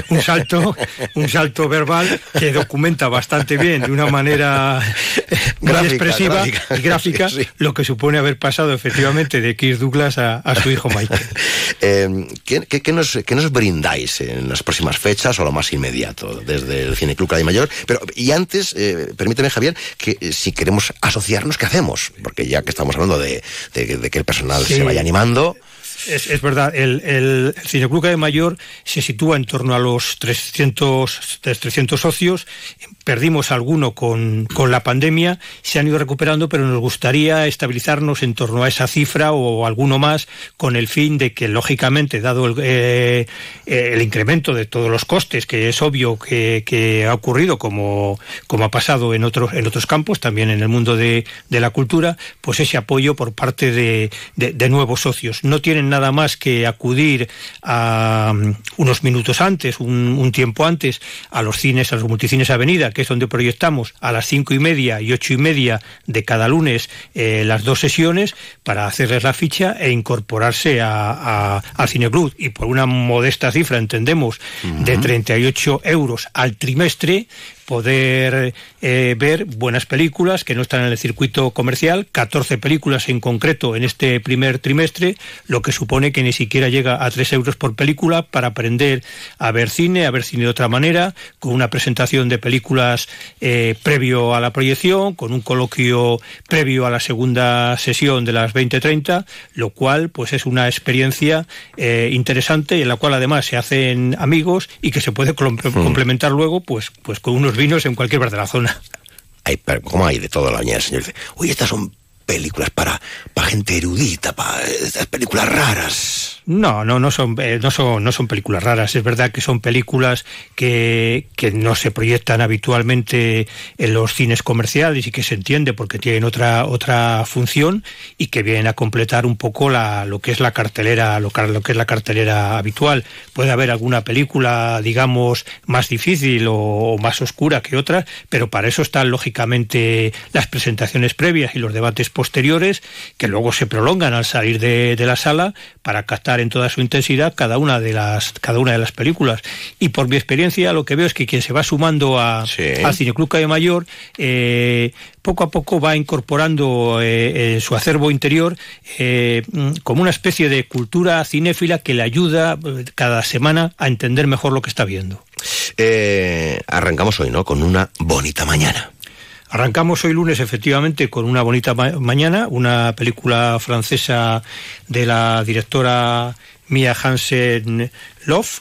salto verbal que documenta bastante bien, de una manera muy expresiva y gráfica, sí, lo que supone haber pasado efectivamente de Kirk Douglas a su hijo Michael.
¿Qué nos brindáis en las próximas fechas o lo más inmediato desde el Cineclub Cadí Mayor? Y antes, permíteme, Javier, que si queremos asociarnos, ¿qué hacemos? Porque ya que estamos hablando de que el personal se vaya animando...
Es verdad, el Cineclub Cadí Mayor se sitúa en torno a los 300 socios. Perdimos alguno con la pandemia, se han ido recuperando, pero nos gustaría estabilizarnos en torno a esa cifra o alguno más, con el fin de que, lógicamente, dado el incremento de todos los costes, que es obvio que ha ocurrido, como ha pasado en otros campos, también en el mundo de la cultura, pues ese apoyo por parte de nuevos socios. No tienen nada más que acudir a unos minutos antes, un tiempo antes, a los multicines Avenida, que es donde proyectamos a las 5:30 y 8:30 de cada lunes las dos sesiones, para hacerles la ficha e incorporarse al Cineclub. Y por una modesta cifra, entendemos, de 38 euros al trimestre, poder ver buenas películas que no están en el circuito comercial, 14 películas en concreto en este primer trimestre, lo que supone que ni siquiera llega a 3 euros por película, para aprender a ver cine de otra manera, con una presentación de películas previo a la proyección, con un coloquio previo a la segunda sesión de las 20:30, lo cual pues es una experiencia interesante, en la cual además se hacen amigos y que se puede complementar luego pues con unos vinos en cualquier bar de la zona.
¿Cómo hay de todo la mañana, señor? Oye, estas son películas para gente erudita, para estas películas raras.
No son películas raras. Es verdad que son películas que no se proyectan habitualmente en los cines comerciales, y que se entiende porque tienen otra función, y que vienen a completar un poco lo que es la cartelera, lo que es la cartelera habitual. Puede haber alguna película, digamos, más difícil o más oscura que otras, pero para eso están lógicamente las presentaciones previas y los debates posteriores, que luego se prolongan al salir de la sala, para captar en toda su intensidad cada una de las películas. Y por mi experiencia, lo que veo es que quien se va sumando al Cineclub Cadí Mayor, poco a poco va incorporando en su acervo interior como una especie de cultura cinéfila que le ayuda cada semana a entender mejor lo que está viendo.
Arrancamos hoy, ¿no?, con Una bonita mañana.
Arrancamos hoy lunes, efectivamente, con Una bonita mañana, una película francesa de la directora Mia Hansen-Løf,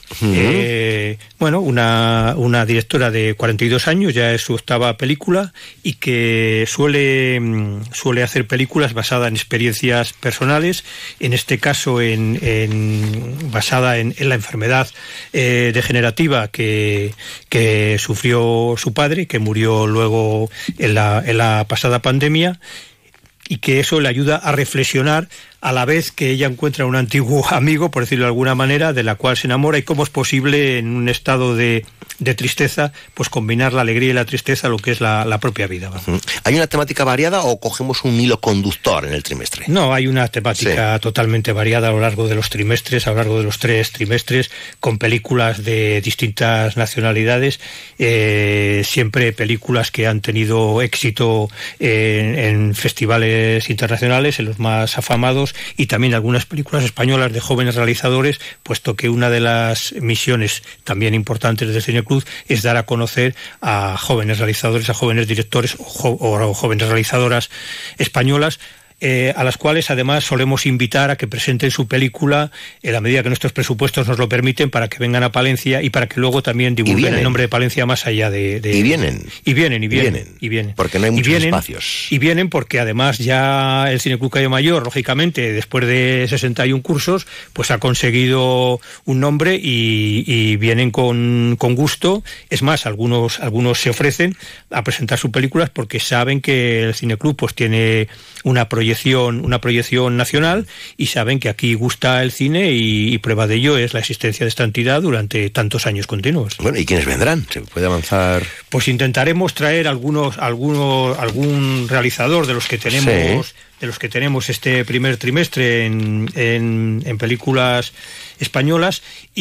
una directora de 42 años, ya es su octava película, y que suele hacer películas basadas en experiencias personales, en este caso basada en la enfermedad degenerativa que sufrió su padre, que murió luego en la pasada pandemia, y que eso le ayuda a reflexionar a la vez que ella encuentra un antiguo amigo, por decirlo de alguna manera, de la cual se enamora, y cómo es posible en un estado de tristeza, pues combinar la alegría y la tristeza, lo que es la propia vida.
¿Hay una temática variada o cogemos un hilo conductor en el trimestre?
No, hay una temática totalmente variada a lo largo de los trimestres, a lo largo de los 3 trimestres, con películas de distintas nacionalidades, siempre películas que han tenido éxito en festivales internacionales, en los más afamados, y también algunas películas españolas de jóvenes realizadores, puesto que una de las misiones también importantes del Cine Club es dar a conocer a jóvenes realizadores, a jóvenes directores o jóvenes realizadoras españolas, a las cuales además solemos invitar a que presenten su película en la medida que nuestros presupuestos nos lo permiten, para que vengan a Palencia y para que luego también divulguen el nombre de Palencia más allá de...
Y vienen.
Y vienen.
Porque no hay muchos espacios.
Y vienen porque además ya el Cine Club Cayo Mayor, lógicamente, después de 61 cursos, pues ha conseguido un nombre y vienen con gusto. Es más, algunos se ofrecen a presentar sus películas porque saben que el Cine Club pues tiene una proyección nacional, y saben que aquí gusta el cine, y prueba de ello es la existencia de esta entidad durante tantos años continuos.
Bueno, ¿y quiénes vendrán? ¿Se puede avanzar?
Pues intentaremos traer algún realizador de los que tenemos... Sí. De los que tenemos este primer trimestre en películas españolas,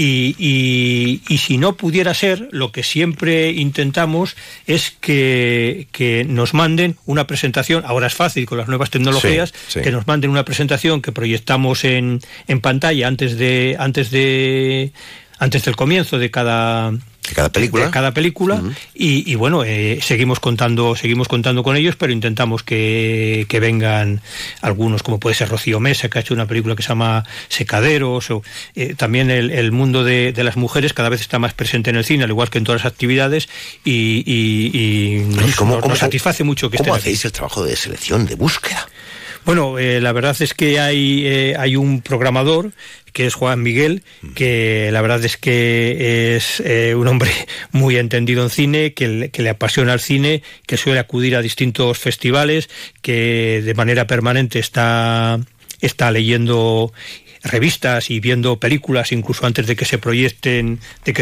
y si no pudiera ser, lo que siempre intentamos es que nos manden una presentación. Ahora es fácil con las nuevas tecnologías, que nos manden una presentación que proyectamos en pantalla antes del comienzo de cada película. Y bueno, seguimos contando con ellos, pero intentamos que vengan algunos, como puede ser Rocío Mesa, que ha hecho una película que se llama Secaderos, o también el mundo de las mujeres cada vez está más presente en el cine, al igual que en todas las actividades, y nos satisface mucho que estén.
¿Cómo hacéis el trabajo de selección, de búsqueda?
Bueno, la verdad es que hay un programador, que es Juan Miguel, que la verdad es que es un hombre muy entendido en cine, que le apasiona el cine, que suele acudir a distintos festivales, que de manera permanente está leyendo revistas y viendo películas incluso antes de que se proyecten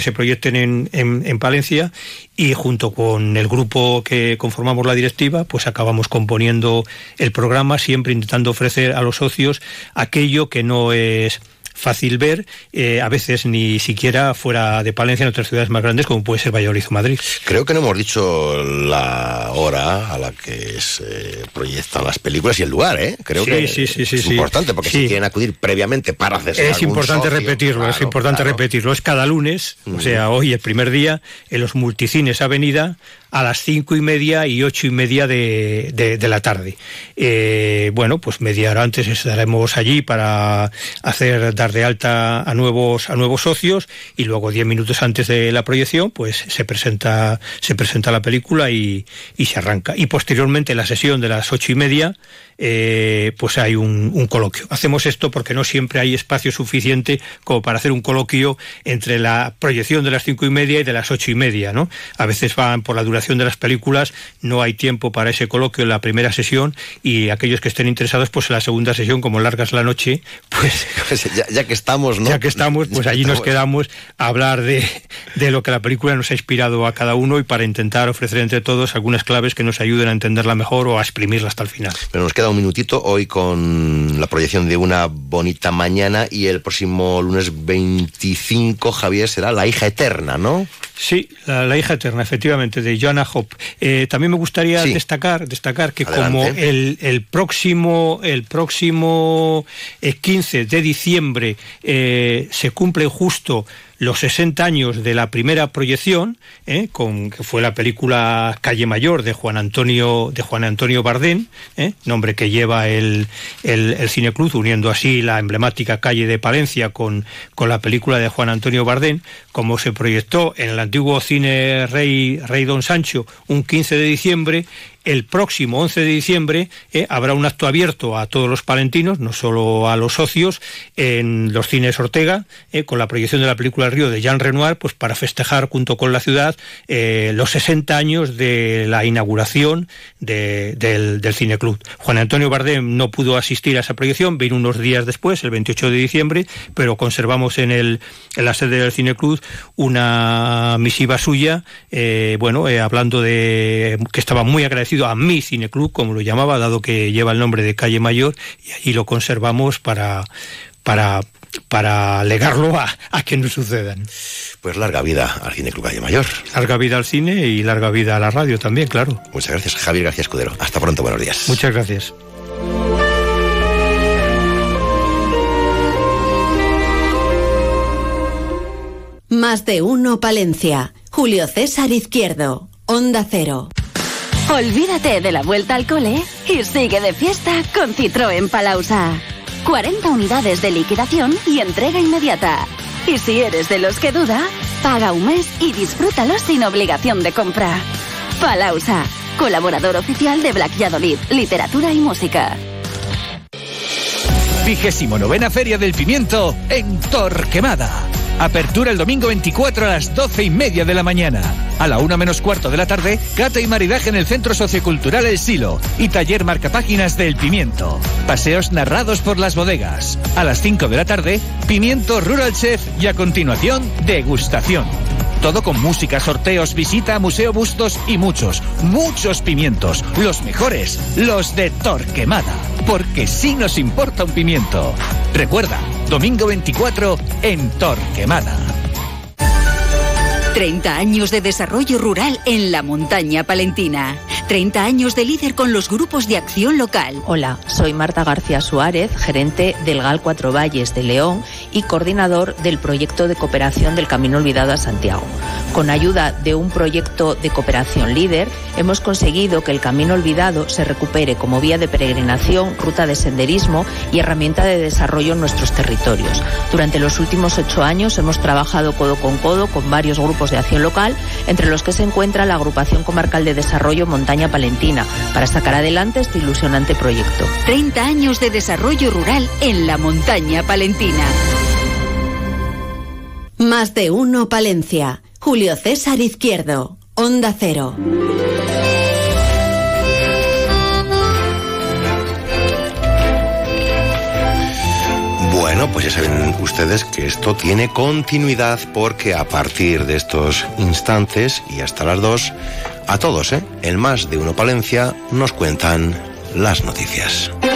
en Palencia, y junto con el grupo que conformamos la directiva, pues acabamos componiendo el programa, siempre intentando ofrecer a los socios aquello que no es fácil ver, a veces ni siquiera fuera de Palencia, en otras ciudades más grandes como puede ser Valladolid o Madrid.
Creo que no hemos dicho la hora a la que se proyectan las películas y el lugar, ¿eh? Creo que es importante, porque si quieren acudir previamente para hacer
es importante repetirlo, es importante repetirlo. Es cada lunes, o sea, hoy el primer día, en los Multicines Avenida, a las 5:30 y 8:30 de la tarde. Bueno, pues media hora antes estaremos allí para dar de alta a nuevos socios, y luego 10 minutos antes de la proyección pues se presenta la película y se arranca. Y posteriormente, en la sesión de las 8:30, pues hay un coloquio. Hacemos esto porque no siempre hay espacio suficiente como para hacer un coloquio entre la proyección de las 5:30 y de las 8:30, ¿no? A veces van por la duración de las películas, no hay tiempo para ese coloquio en la primera sesión, y aquellos que estén interesados, pues en la segunda sesión, como larga es la noche, pues
ya que estamos, ¿no?
Ya que estamos, pues allí nos quedamos a hablar de lo que la película nos ha inspirado a cada uno, y para intentar ofrecer entre todos algunas claves que nos ayuden a entenderla mejor o a exprimirla hasta el final.
Pero nos queda un minutito hoy con la proyección de Una bonita mañana, y el próximo lunes 25, Javier, será La hija eterna, ¿no?
Sí, la hija eterna, efectivamente, de Joanna Hope. También me gustaría destacar que como el próximo 15 de diciembre se cumplen justo los 60 años de la primera proyección, que fue la película Calle Mayor de Juan Antonio Bardén, nombre que lleva el Cine Club, uniendo así la emblemática calle de Palencia con la película de Juan Antonio Bardén, como se proyectó en el antiguo Cine Rey Don Sancho un 15 de diciembre, el próximo 11 de diciembre habrá un acto abierto a todos los palentinos, no solo a los socios, en los cines Ortega, con la proyección de la película El Río de Jean Renoir, pues para festejar junto con la ciudad los 60 años de la inauguración del Cineclub. Juan Antonio Bardem no pudo asistir a esa proyección, vino unos días después, el 28 de diciembre, pero conservamos en la sede del Cineclub una misiva suya, hablando de que estaba muy agradecido a mi Cineclub, como lo llamaba, dado que lleva el nombre de Calle Mayor, y allí lo conservamos para legarlo a que no sucedan.
Pues larga vida al Cineclub Calle Mayor.
Larga vida al cine y larga vida a la radio también, claro.
Muchas gracias, Javier García Escudero. Hasta pronto, buenos días.
Muchas gracias.
Más de uno Palencia. Julio César Izquierdo. Onda Cero.
Olvídate de la vuelta al cole y sigue de fiesta con Citroën Palausa. 40 unidades de liquidación y entrega inmediata. Y si eres de los que duda, paga un mes y disfrútalo sin obligación de compra. Palausa, colaborador oficial de Black Valladolid, literatura y música.
29ª Feria del Pimiento en Torquemada. Apertura el domingo 24 a las 12:30 de la mañana. A la 1:45 de la tarde, cata y maridaje en el Centro Sociocultural El Silo y taller marcapáginas del pimiento. Paseos narrados por las bodegas. A las 5 de la tarde, Pimiento Rural Chef y a continuación, degustación. Todo con música, sorteos, visita a Museo Bustos y muchos pimientos. Los mejores, los de Torquemada. Porque sí nos importa un pimiento. Recuerda, domingo 24 en Torquemada.
30 años de desarrollo rural en la montaña palentina. 30 años de líder con los grupos de acción local.
Hola, soy Marta García Suárez, gerente del GAL Cuatro Valles de León y coordinador del proyecto de cooperación del Camino Olvidado a Santiago. Con ayuda de un proyecto de cooperación líder, hemos conseguido que el Camino Olvidado se recupere como vía de peregrinación, ruta de senderismo y herramienta de desarrollo en nuestros territorios. Durante los últimos 8 años hemos trabajado codo con varios grupos de acción local, entre los que se encuentra la Agrupación Comarcal de Desarrollo Montaña Palentina, para sacar adelante este ilusionante proyecto.
30 años de desarrollo rural en la montaña palentina.
Más de uno Palencia. Julio César Izquierdo. Onda Cero.
Bueno, pues ya saben ustedes que esto tiene continuidad, porque a partir de estos instantes y hasta las 2, a todos, en Más de Uno Palencia, nos cuentan las noticias.